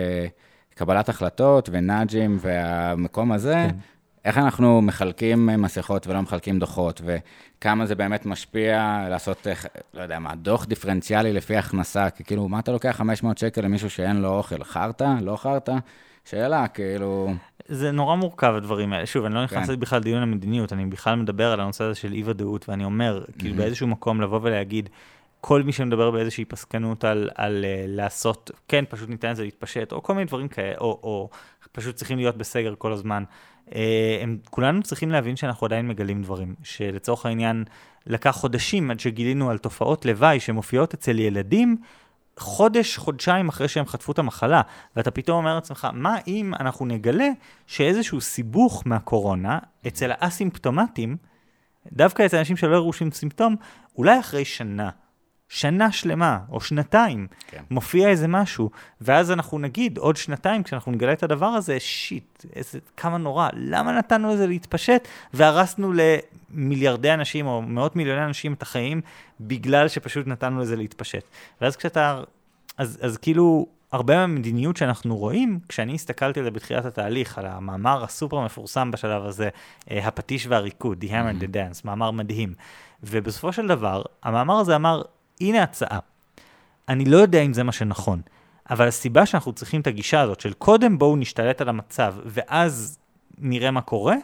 קבלת החלטות ונאג'ים והמקום הזה, איך אנחנו מחלקים מסכות ולא מחלקים דוחות, וכמה זה באמת משפיע לעשות, לא יודע מה, דוח דיפרנציאלי לפי הכנסה, כי כאילו, מה אתה לוקח חמש מאות שקל למישהו שאין לו אוכל? חרטה? לא חרטה? שאלה, כאילו... זה נורא מורכב הדברים האלה. שוב, אני לא נכנס בכלל דיון המדיניות, אני בכלל מדבר על הנושא הזה של אי-ודאות, ואני אומר, כאילו באיזשהו מקום לבוא ולהגיד, כל מי שמדבר באיזושהי פסקנות על, על uh, לעשות, כן, פשוט ניתן את זה להתפשט, או כל מיני דברים כאלה, או, או פשוט צריכים להיות בסגר כל הזמן. Uh, הם, כולנו צריכים להבין שאנחנו עדיין מגלים דברים, שלצורך העניין לקח חודשים עד שגילינו על תופעות לוואי שמופיעות אצל ילדים, חודש, חודשיים אחרי שהם חטפו את המחלה, ואתה פתאום אומר לעצמך, מה אם אנחנו נגלה שאיזשהו סיבוך מהקורונה אצל האסימפטומטים, דווקא אצל אנשים שלא הראו שום סימפטום, אולי אחרי שנה, שנה שלמה, או שנתיים, כן. מופיע איזה משהו, ואז אנחנו נגיד, עוד שנתיים, כשאנחנו נגלה את הדבר הזה, שיט, איזה, כמה נורא, למה נתנו לזה להתפשט, והרסנו למיליארדי אנשים, או מאות מיליוני אנשים את החיים, בגלל שפשוט נתנו לזה להתפשט. ואז כשאתה, אז, אז כאילו, הרבה מהמדיניות שאנחנו רואים, כשאני הסתכלתי על זה בתחילת התהליך, על המאמר הסופר מפורסם בשלב הזה, הפטיש והריקוד, The Hammer and the Dance, מאמר מדהים. ובסופו של דבר, המאמר הזה אמר, הנה הצעה. אני לא יודע אם זה מה שנכון, אבל הסיבה שאנחנו צריכים את הגישה הזאת, של קודם בואו נשתלט על המצב, ואז נראה מה קורה,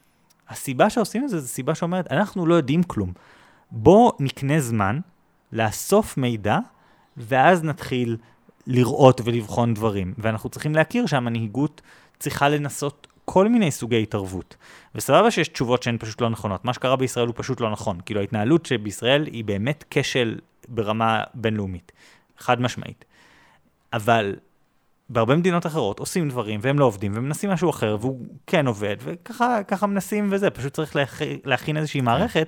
הסיבה שעושים את זה, זו סיבה שאומרת, אנחנו לא יודעים כלום. בואו נקנה זמן, לאסוף מידע, ואז נתחיל לראות ולבחון דברים. ואנחנו צריכים להכיר שהמנהיגות צריכה לנסות כל מיני סוגי התערבות. וסבבה שיש תשובות שהן פשוט לא נכונות. מה שקרה בישראל הוא פשוט לא נכון. כאילו ההתנהלות שבישראל היא באמת כשל ברמה בינלאומית. חד משמעית. אבל בהרבה מדינות אחרות עושים דברים והם לא עובדים ומנסים משהו אחר והוא כן עובד וככה ככה מנסים וזה. פשוט צריך להכין איזושהי מערכת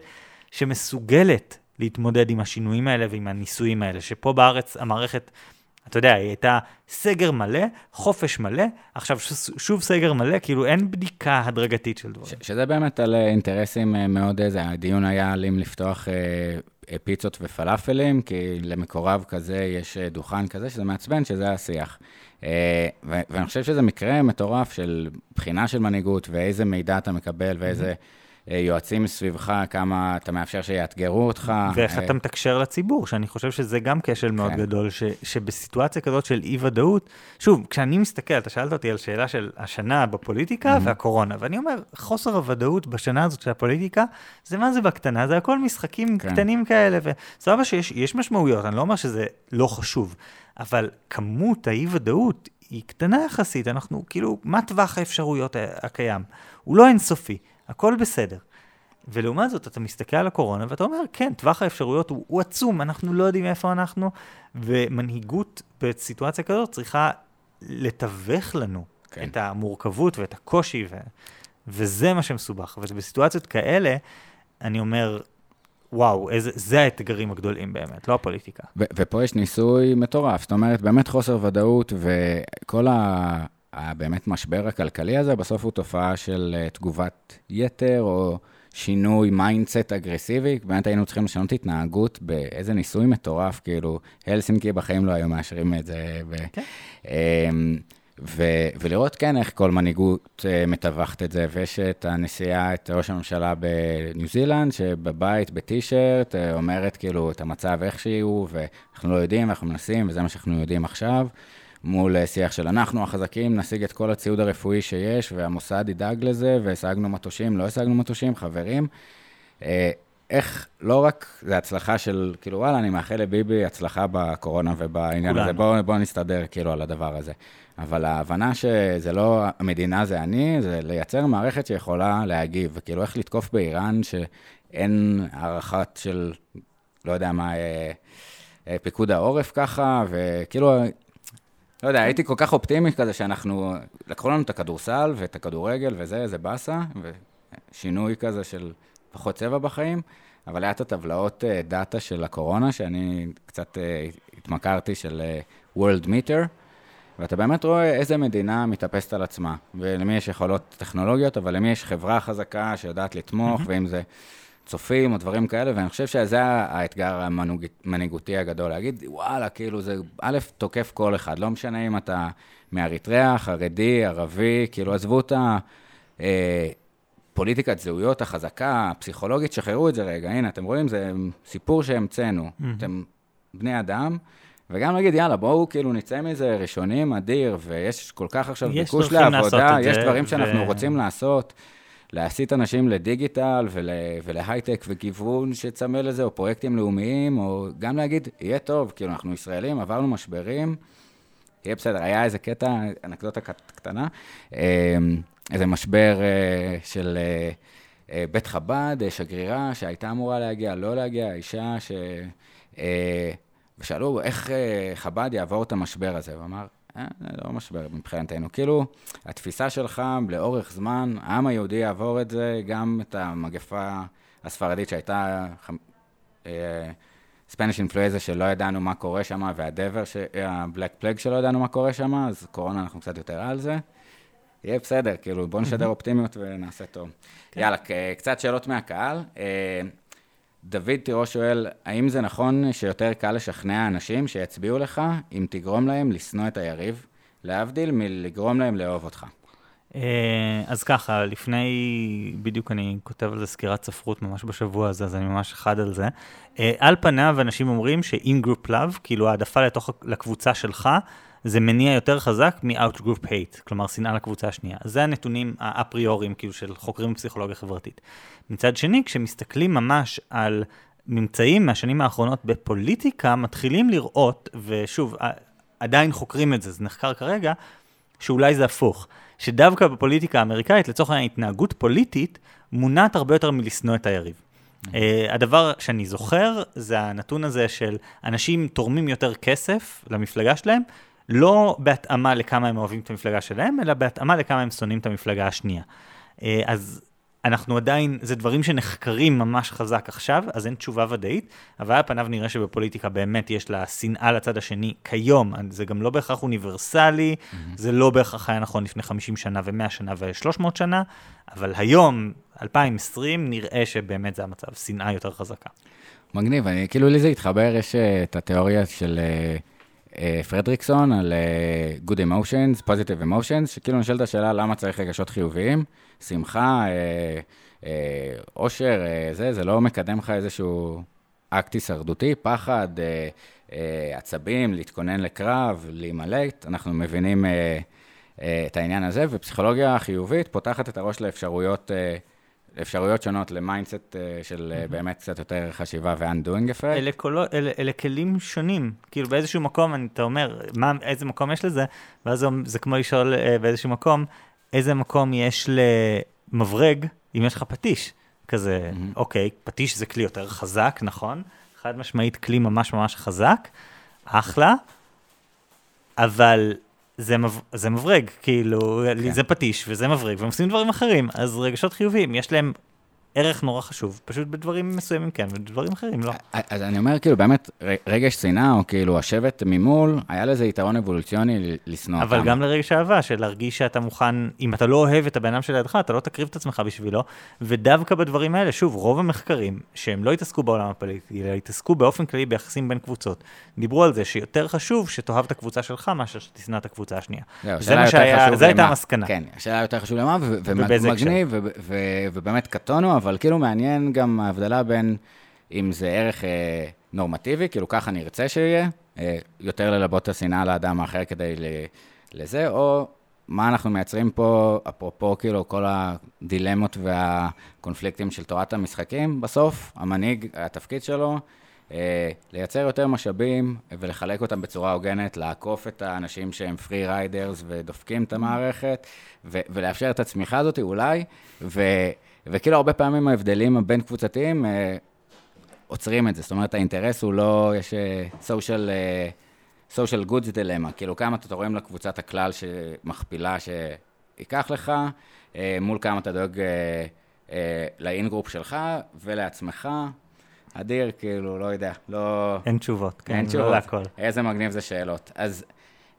שמסוגלת להתמודד עם השינויים האלה ועם הניסויים האלה. שפה בארץ המערכת... אתה יודע, היא הייתה סגר מלא, חופש מלא, עכשיו שוב סגר מלא, כאילו אין בדיקה הדרגתית של דברים. שזה באמת על אינטרסים מאוד איזה, הדיון היה על אם לפתוח אה, פיצות ופלאפלים, כי למקורב כזה יש דוכן כזה, שזה מעצבן, שזה השיח. אה, ו- ואני חושב שזה מקרה מטורף של בחינה של מנהיגות, ואיזה מידע אתה מקבל, ואיזה... יועצים סביבך, כמה אתה מאפשר שיאתגרו אותך. ואיך אתה מתקשר לציבור, שאני חושב שזה גם כשל מאוד גדול, שבסיטואציה כזאת של אי-ודאות, שוב, כשאני מסתכל, אתה שאלת אותי על שאלה של השנה בפוליטיקה והקורונה, ואני אומר, חוסר הוודאות בשנה הזאת של הפוליטיקה, זה מה זה בקטנה, זה הכל משחקים קטנים כאלה, וסבבה שיש משמעויות, אני לא אומר שזה לא חשוב, אבל כמות האי-ודאות היא קטנה יחסית, אנחנו כאילו, מה טווח האפשרויות הקיים? הוא לא אינסופי. הכל בסדר. ולעומת זאת, אתה מסתכל על הקורונה, ואתה אומר, כן, טווח האפשרויות הוא, הוא עצום, אנחנו לא יודעים איפה אנחנו, ומנהיגות בסיטואציה כזאת צריכה לתווך לנו כן. את המורכבות ואת הקושי, ו... וזה מה שמסובך. ובסיטואציות כאלה, אני אומר, וואו, איזה, זה האתגרים הגדולים באמת, לא הפוליטיקה. ו- ופה יש ניסוי מטורף, זאת אומרת, באמת חוסר ודאות, וכל ה... באמת משבר הכלכלי הזה, בסוף הוא תופעה של תגובת יתר, או שינוי מיינדסט אגרסיבי, באמת היינו צריכים לשנות התנהגות באיזה ניסוי מטורף, כאילו, הלסינקי בחיים לא היו מאשרים את זה, ו... Okay. ו- ולראות כן איך כל מנהיגות מטווחת את זה, ויש את הנסיעה, את ראש הממשלה בניו זילנד, שבבית בטישרט אומרת כאילו את המצב איך שיהיו, ואנחנו לא יודעים, אנחנו מנסים, וזה מה שאנחנו יודעים עכשיו, מול שיח של אנחנו החזקים, נשיג את כל הציוד הרפואי שיש, והמוסד ידאג לזה, והשגנו מטושים, לא השגנו מטושים, חברים. איך, לא רק, זה הצלחה של, כאילו, וואלה, אני מאחל לביבי הצלחה בקורונה ובעניין הזה, בואו בוא נסתדר כאילו על הדבר הזה. אבל ההבנה שזה לא, המדינה זה אני, זה לייצר מערכת שיכולה להגיב, וכאילו איך לתקוף באיראן, שאין הערכת של, לא יודע מה, פיקוד העורף ככה, וכאילו, לא יודע, הייתי כל כך אופטימי כזה שאנחנו, לקחו לנו את הכדורסל ואת הכדורגל וזה, זה בסה, ושינוי כזה של פחות צבע בחיים, אבל היה את הטבלאות דאטה של הקורונה, שאני קצת התמכרתי של World Meter, ואתה באמת רואה איזה מדינה מתאפסת על עצמה, ולמי יש יכולות טכנולוגיות, אבל למי יש חברה חזקה שיודעת לתמוך, mm-hmm. ואם זה צופים או דברים כאלה, ואני חושב שזה האתגר המנהיגותי הגדול, להגיד, וואלה, כאילו זה א', תוקף כל אחד, לא משנה אם אתה מאריתריאה, חרדי, ערבי, כאילו עזבו את הפוליטיקת זהויות החזקה, הפסיכולוגית, שחררו את זה רגע, הנה, אתם רואים, זה סיפור שהמצאנו, mm-hmm. אתם בני אדם, וגם להגיד, יאללה, בואו כאילו נצא מזה ראשונים, אדיר, ויש כל כך עכשיו ביקוש לעבודה, יש דברים שאנחנו רוצים לעשות, להסיט אנשים לדיגיטל ול, ולהייטק וגיוון שצמא לזה, או פרויקטים לאומיים, או גם להגיד, יהיה טוב, כאילו אנחנו ישראלים, עברנו משברים, יהיה בסדר. היה איזה קטע, אנקדוטה קטנה, איזה משבר של בית חב"ד, שגרירה שהייתה אמורה להגיע, לא להגיע, אישה ש... ושאלו, איך חב"ד יעבור את המשבר הזה? ואמר, אה, זה לא משבר מבחינתנו. כאילו, התפיסה שלך לאורך זמן, העם היהודי יעבור את זה, גם את המגפה הספרדית שהייתה ספניש אינפלואיזה שלא ידענו מה קורה שם, והדבר, הבלק פלג שלא ידענו מה קורה שם, אז קורונה אנחנו קצת יותר על זה. יהיה בסדר, כאילו, בואו נשדר אופטימיות ונעשה טוב. יאללה, קצת שאלות מהקהל. דוד תירוש שואל, האם זה נכון שיותר קל לשכנע אנשים שיצביעו לך, אם תגרום להם לשנוא את היריב, להבדיל מלגרום להם לאהוב אותך? אז ככה, לפני, בדיוק אני כותב על זה סקירת ספרות ממש בשבוע הזה, אז אני ממש חד על זה. על פניו אנשים אומרים ש-in-group love, כאילו העדפה לתוך, לקבוצה שלך, זה מניע יותר חזק מ-out-group hate, כלומר, שנאה לקבוצה השנייה. זה הנתונים האפריוריים, כאילו, של חוקרים בפסיכולוגיה חברתית. מצד שני, כשמסתכלים ממש על ממצאים מהשנים האחרונות בפוליטיקה, מתחילים לראות, ושוב, עדיין חוקרים את זה, זה נחקר כרגע, שאולי זה הפוך. שדווקא בפוליטיקה האמריקאית, לצורך ההתנהגות פוליטית, מונעת הרבה יותר מלשנוא את היריב. Uh, הדבר שאני זוכר, זה הנתון הזה של אנשים תורמים יותר כסף למפלגה שלהם, לא בהתאמה לכמה הם אוהבים את המפלגה שלהם, אלא בהתאמה לכמה הם שונאים את המפלגה השנייה. אז אנחנו עדיין, זה דברים שנחקרים ממש חזק עכשיו, אז אין תשובה ודאית, אבל על פניו נראה שבפוליטיקה באמת יש לה שנאה לצד השני כיום, זה גם לא בהכרח אוניברסלי, mm-hmm. זה לא בהכרח היה נכון לפני חמישים שנה ו-מאה שנה ו-שלוש מאות שנה, אבל היום, אלפיים ועשרים, נראה שבאמת זה המצב, שנאה יותר חזקה. מגניב, אני, כאילו לזה התחבר, יש את התיאוריה של... פרדריקסון על uh, good emotions, positive emotions, שכאילו נשאלת השאלה למה צריך רגשות חיוביים, שמחה, uh, uh, אושר, uh, זה, זה לא מקדם לך איזשהו אקט הישרדותי, פחד, uh, uh, עצבים, להתכונן לקרב, להימלט, אנחנו מבינים uh, uh, את העניין הזה, ופסיכולוגיה חיובית פותחת את הראש לאפשרויות, uh, אפשרויות שונות למיינדסט של mm-hmm. באמת קצת יותר חשיבה ו-undoing effect. אלה, קולו, אלה, אלה כלים שונים. כאילו באיזשהו מקום, אתה אומר, מה, איזה מקום יש לזה? ואז זה, זה כמו לשאול באיזשהו מקום, איזה מקום יש למברג, אם יש לך פטיש. כזה, mm-hmm. אוקיי, פטיש זה כלי יותר חזק, נכון? חד משמעית כלי ממש ממש חזק, אחלה, אבל... זה, מב... זה מברג, כאילו, כן. זה פטיש וזה מברג, והם עושים דברים אחרים, אז רגשות חיוביים, יש להם ערך נורא חשוב, פשוט בדברים מסוימים כן, ובדברים אחרים לא. אז אני אומר, כאילו, באמת, רגש שנאה, או כאילו, השבט ממול, היה לזה יתרון אבולוציוני לשנוא אותם. אבל גם לרגש אהבה, של להרגיש שאתה מוכן, אם אתה לא אוהב את הבן אדם שלידך, אתה לא תקריב את עצמך בשבילו, ודווקא בדברים האלה, שוב, רוב המחקרים, שהם לא התעסקו בעולם הפוליטי, אלא התעסקו באופן כללי ביחסים בין קבוצות, דיברו על זה שיותר חשוב שתאהב את הקבוצה שלך, מאשר שתשנא את הקבוצה השנייה. זה מה שהיה, זה הייתה המסקנה. כן, השאלה יותר חשוב למה, ומגניב, ובאמת קטונו, אבל כאילו מעניין גם ההבדלה בין אם זה ערך אה, נורמטיבי, כאילו ככה נרצה שיהיה, אה, יותר ללבות את השנאה לאדם האחר כדי לזה, או מה אנחנו מייצרים פה, אפרופו כאילו כל הדילמות והקונפליקטים של תורת המשחקים, בסוף המנהיג, התפקיד שלו, אה, לייצר יותר משאבים ולחלק אותם בצורה הוגנת, לעקוף את האנשים שהם פרי ריידרס ודופקים את המערכת, ו- ולאפשר את הצמיחה הזאת אולי, ו... וכאילו הרבה פעמים ההבדלים הבין קבוצתיים אה, עוצרים את זה, זאת אומרת האינטרס הוא לא, יש סושיאל, סושיאל גודס דילמה, כאילו כמה אתה תורם לקבוצת הכלל שמכפילה שיקח לך, אה, מול כמה אתה דואג אה, אה, לאין-גרופ שלך ולעצמך, אדיר, כאילו, לא יודע, לא... אין תשובות, כן, אין לא תשובות. להכל. איזה מגניב זה שאלות. אז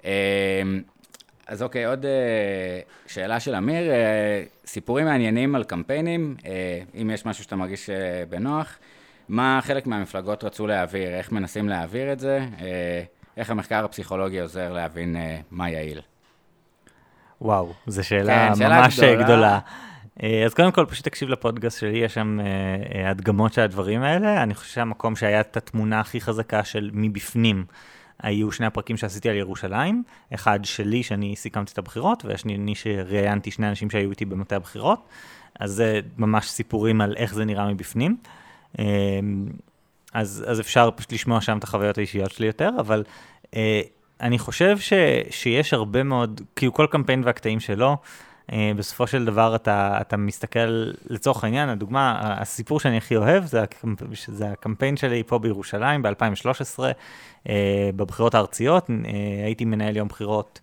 אז אוקיי, עוד שאלה של אמיר, סיפורים מעניינים על קמפיינים, אם יש משהו שאתה מרגיש בנוח, מה חלק מהמפלגות רצו להעביר, איך מנסים להעביר את זה, איך המחקר הפסיכולוגי עוזר להבין מה יעיל? וואו, זו שאלה כן, שאלה ממש גדולה. גדולה. אז קודם כל, פשוט תקשיב לפודקאסט שלי, יש שם הדגמות של הדברים האלה. אני חושב שהמקום שהיה את התמונה הכי חזקה של מבפנים, היו שני הפרקים שעשיתי על ירושלים, אחד שלי שאני סיכמתי את הבחירות, והשני שראיינתי שני אנשים שהיו איתי במטה הבחירות, אז זה ממש סיפורים על איך זה נראה מבפנים. אז, אז אפשר פשוט לשמוע שם את החוויות האישיות שלי יותר, אבל אני חושב ש, שיש הרבה מאוד, כאילו כל קמפיין והקטעים שלו, בסופו של דבר אתה, אתה מסתכל לצורך העניין, הדוגמה, הסיפור שאני הכי אוהב, זה, הקמפ... זה הקמפיין שלי פה בירושלים ב-אלפיים ושלוש עשרה, בבחירות הארציות, הייתי מנהל יום בחירות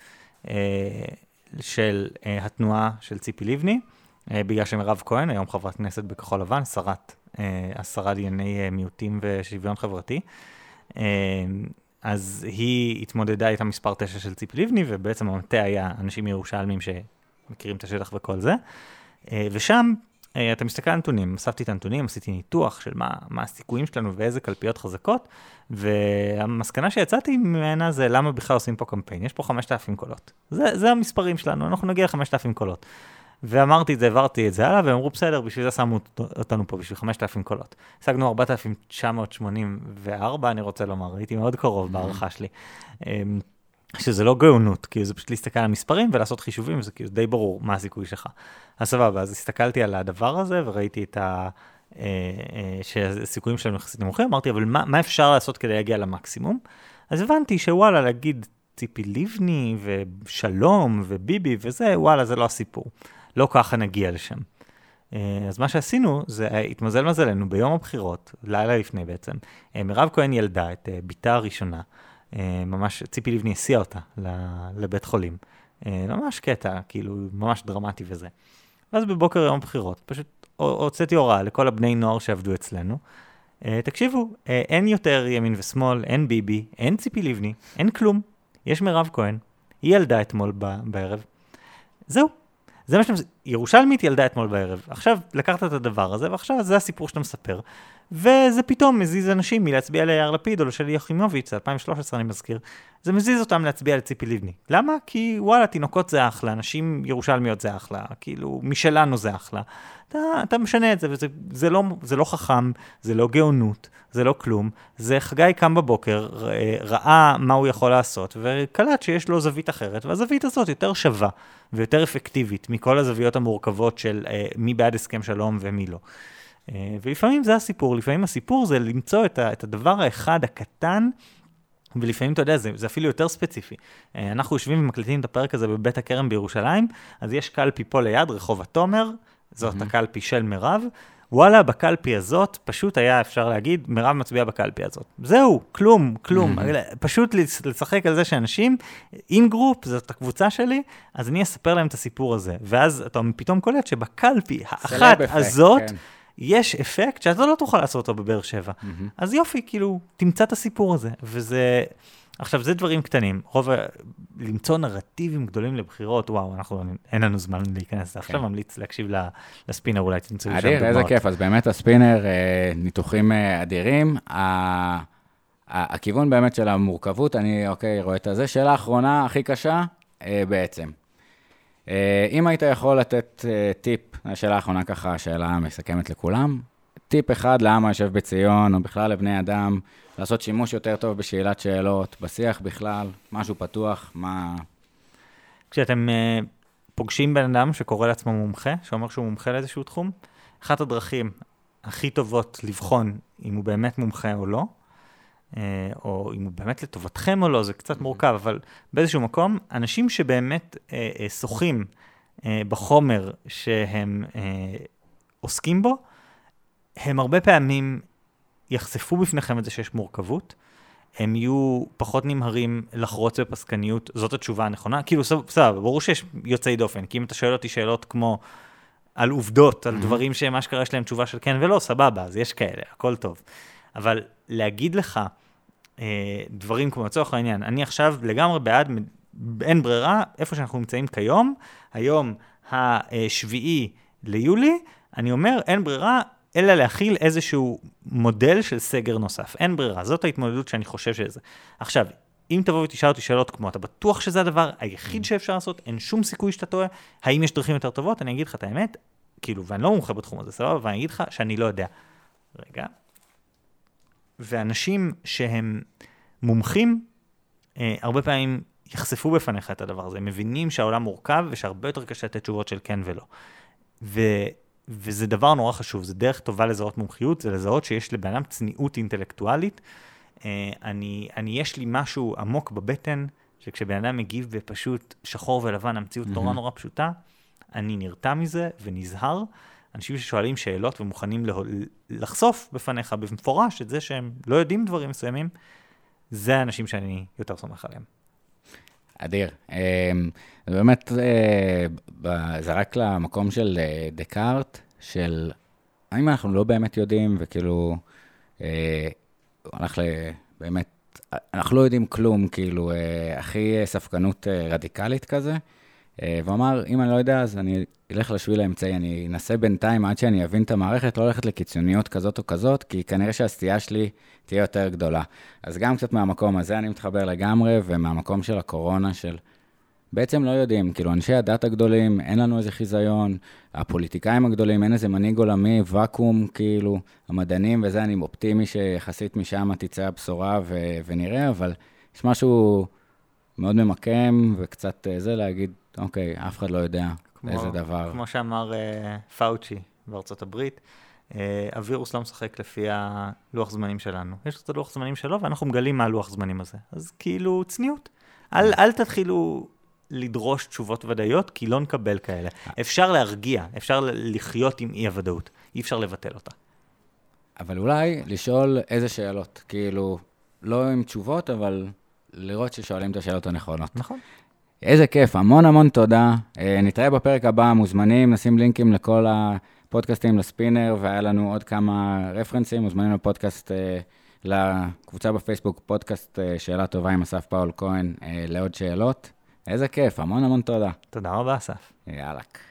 של התנועה של ציפי לבני, בגלל שמירב כהן, היום חברת כנסת בכחול לבן, שרת, השרה לענייני מיעוטים ושוויון חברתי, אז היא התמודדה איתה מספר תשע של ציפי לבני, ובעצם המטה היה אנשים ירושלמים שמכירים את השטח וכל זה, ושם אתה מסתכל על נתונים, אספתי את הנתונים, עשיתי ניתוח של מה, מה הסיכויים שלנו ואיזה קלפיות חזקות, והמסקנה שיצאתי ממנה זה למה בכלל עושים פה קמפיין. יש פה חמשת אלפים קולות. זה, זה המספרים שלנו, אנחנו נגיע ל-חמשת אלפים קולות. ואמרתי את זה, העברתי את זה הלאה, והם אמרו בסדר, בשביל זה שמו אותנו פה, בשביל חמשת אלפים קולות. השגנו ארבעת אלפים תשע מאות שמונים וארבע, אני רוצה לומר, הייתי מאוד קרוב בערכה שלי. שזה לא גאונות, כי זה פשוט להסתכל על המספרים ולעשות חישובים, זה כאילו די ברור מה הסיכוי שלך. אז סבבה, אז הסתכלתי על הדבר הזה, וראיתי את ה... שהסיכויים שלנו יחסית נמוכים, אמרתי, אבל מה, מה אפשר לעשות כדי להגיע למקסימום? אז הבנתי שוואלה, להגיד ציפי לבני ושלום וביבי וזה, וואלה, זה לא הסיפור. לא ככה נגיע לשם. אז מה שעשינו, זה התמזל מזלנו ביום הבחירות, לילה לפני בעצם, מירב כהן ילדה את ביתה הראשונה, ממש ציפי לבני הסיעה אותה לבית חולים. ממש קטע, כאילו, ממש דרמטי וזה. ואז בבוקר יום הבחירות, פשוט הוצאתי הוראה לכל הבני נוער שעבדו אצלנו. תקשיבו, אין יותר ימין ושמאל, אין ביבי, אין ציפי לבני, אין כלום. יש מירב כהן, היא ילדה אתמול בערב. זהו. זה מה שאתה... ירושלמית ילדה אתמול בערב. עכשיו לקחת את הדבר הזה, ועכשיו זה הסיפור שאתה מספר. וזה פתאום מזיז אנשים מלהצביע ליאיר לפיד או לשלי יחימוביץ, אלפיים ושלוש עשרה אני מזכיר. זה מזיז אותם להצביע לציפי לבני. למה? כי וואלה, תינוקות זה אחלה, אנשים ירושלמיות זה אחלה, כאילו משלנו זה אחלה. אתה, אתה משנה את זה, וזה זה לא, זה לא חכם, זה לא גאונות, זה לא כלום. זה חגי קם בבוקר, ראה מה הוא יכול לעשות, וקלט שיש לו זווית אחרת, והזווית הזאת יותר שווה ויותר אפקטיבית מכל הזוויות המורכבות של מי בעד הסכם שלום ומי לא. ולפעמים זה הסיפור, לפעמים הסיפור זה למצוא את, ה, את הדבר האחד הקטן, ולפעמים אתה יודע, זה, זה אפילו יותר ספציפי. אנחנו יושבים ומקליטים את הפרק הזה בבית הכרם בירושלים, אז יש קלפי פה ליד, רחוב התומר, זאת mm-hmm. הקלפי של מירב, וואלה, בקלפי הזאת, פשוט היה אפשר להגיד, מירב מצביע בקלפי הזאת. זהו, כלום, כלום. Mm-hmm. פשוט לשחק על זה שאנשים, אין גרופ, זאת הקבוצה שלי, אז אני אספר להם את הסיפור הזה. ואז אתה פתאום קולט שבקלפי האחת הזאת, כן. יש אפקט שאתה לא תוכל לעשות אותו בבאר שבע. Mm-hmm. אז יופי, כאילו, תמצא את הסיפור הזה. וזה, עכשיו, זה דברים קטנים. רוב, למצוא נרטיבים גדולים לבחירות, וואו, אנחנו, אין לנו זמן להיכנס. Okay. עכשיו ממליץ להקשיב לספינר, אולי תמצאו שם דוגמאות. אדיר, איזה כיף. אז באמת הספינר, ניתוחים אדירים. הכיוון באמת של המורכבות, אני, אוקיי, רואה את זה. שאלה האחרונה, הכי קשה, בעצם. אם היית יכול לתת טיפ, השאלה האחרונה ככה, שאלה מסכמת לכולם, טיפ אחד לעם היושב בציון, או בכלל לבני אדם, לעשות שימוש יותר טוב בשאלת שאלות, בשיח בכלל, משהו פתוח, מה... כשאתם uh, פוגשים בן אדם שקורא לעצמו מומחה, שאומר שהוא מומחה לאיזשהו תחום, אחת הדרכים הכי טובות לבחון אם הוא באמת מומחה או לא, uh, או אם הוא באמת לטובתכם או לא, זה קצת מורכב, אבל באיזשהו מקום, אנשים שבאמת uh, uh, שוחים uh, בחומר שהם uh, עוסקים בו, הם הרבה פעמים יחשפו בפניכם את זה שיש מורכבות, הם יהיו פחות נמהרים לחרוץ בפסקניות, זאת התשובה הנכונה, כאילו סבבה, ברור שיש יוצאי דופן, כי אם אתה שואל אותי שאלות כמו על עובדות, על דברים שמה שקרה יש להם תשובה של כן ולא, סבבה, אז יש כאלה, הכל טוב. אבל להגיד לך אה, דברים כמו לצורך העניין, אני עכשיו לגמרי בעד אין ברירה, איפה שאנחנו נמצאים כיום, היום השביעי ליולי, אני אומר, אין ברירה, אלא להכיל איזשהו מודל של סגר נוסף. אין ברירה, זאת ההתמודדות שאני חושב שזה. עכשיו, אם תבוא ותשאל אותי שאלות כמו, אתה בטוח שזה הדבר היחיד שאפשר לעשות, אין שום סיכוי שאתה טועה, האם יש דרכים יותר טובות? אני אגיד לך את האמת, כאילו, ואני לא מומחה בתחום הזה, סבבה, ואני אגיד לך שאני לא יודע. רגע. ואנשים שהם מומחים, אה, הרבה פעמים יחשפו בפניך את הדבר הזה, הם מבינים שהעולם מורכב, ושהרבה יותר קשה לתת תשובות של כן ולא. ו... וזה דבר נורא חשוב, זה דרך טובה לזהות מומחיות, זה לזהות שיש לבן אדם צניעות אינטלקטואלית. אני, אני, יש לי משהו עמוק בבטן, שכשבן אדם מגיב בפשוט שחור ולבן, המציאות mm-hmm. נורא נורא פשוטה, אני נרתע מזה ונזהר. אנשים ששואלים שאלות ומוכנים לחשוף בפניך במפורש את זה שהם לא יודעים דברים מסוימים, זה האנשים שאני יותר סומך עליהם. אדיר. זה באמת, זה רק למקום של דקארט, של האם אנחנו לא באמת יודעים, וכאילו, אנחנו באמת, אנחנו לא יודעים כלום, כאילו, הכי ספקנות רדיקלית כזה, ואמר, אם אני לא יודע, אז אני אלך לשביל האמצעי, אני אנסה בינתיים עד שאני אבין את המערכת, לא הולכת לקיצוניות כזאת או כזאת, כי כנראה שהסטייה שלי תהיה יותר גדולה. אז גם קצת מהמקום הזה אני מתחבר לגמרי, ומהמקום של הקורונה של, בעצם לא יודעים, כאילו אנשי הדת הגדולים, אין לנו איזה חיזיון, הפוליטיקאים הגדולים, אין איזה מנהיג עולמי, וקום, כאילו, המדענים וזה, אני אופטימי שיחסית משם תצא הבשורה ו- ונראה, אבל יש משהו מאוד ממקם, וקצת זה להגיד, אוקיי, אף אחד לא יודע כמו, איזה דבר. כמו שאמר uh, פאוצ'י בארצות הברית, uh, הווירוס לא משחק לפי הלוח זמנים שלנו. יש את הלוח זמנים שלו, ואנחנו מגלים מה הלוח זמנים הזה. אז כאילו, צניעות. אל, אל תתחילו לדרוש תשובות ודאיות, כי לא נקבל כאלה. אפשר להרגיע, אפשר לחיות עם אי-הוודאות. אי אפשר לבטל אותה. אבל אולי לשאול איזה שאלות. כאילו, לא עם תשובות, אבל לראות ששואלים את השאלות הנכונות. נכון. איזה כיף, המון המון תודה. נתראה בפרק הבא, מוזמנים, נשים לינקים לכל הפודקאסטים לספינר, והיה לנו עוד כמה רפרנסים, מוזמנים לפודקאסט, לקבוצה בפייסבוק, פודקאסט שאלה טובה עם אסף פאול כהן, לעוד שאלות. איזה כיף, המון המון תודה. תודה רבה, אסף. יאללה.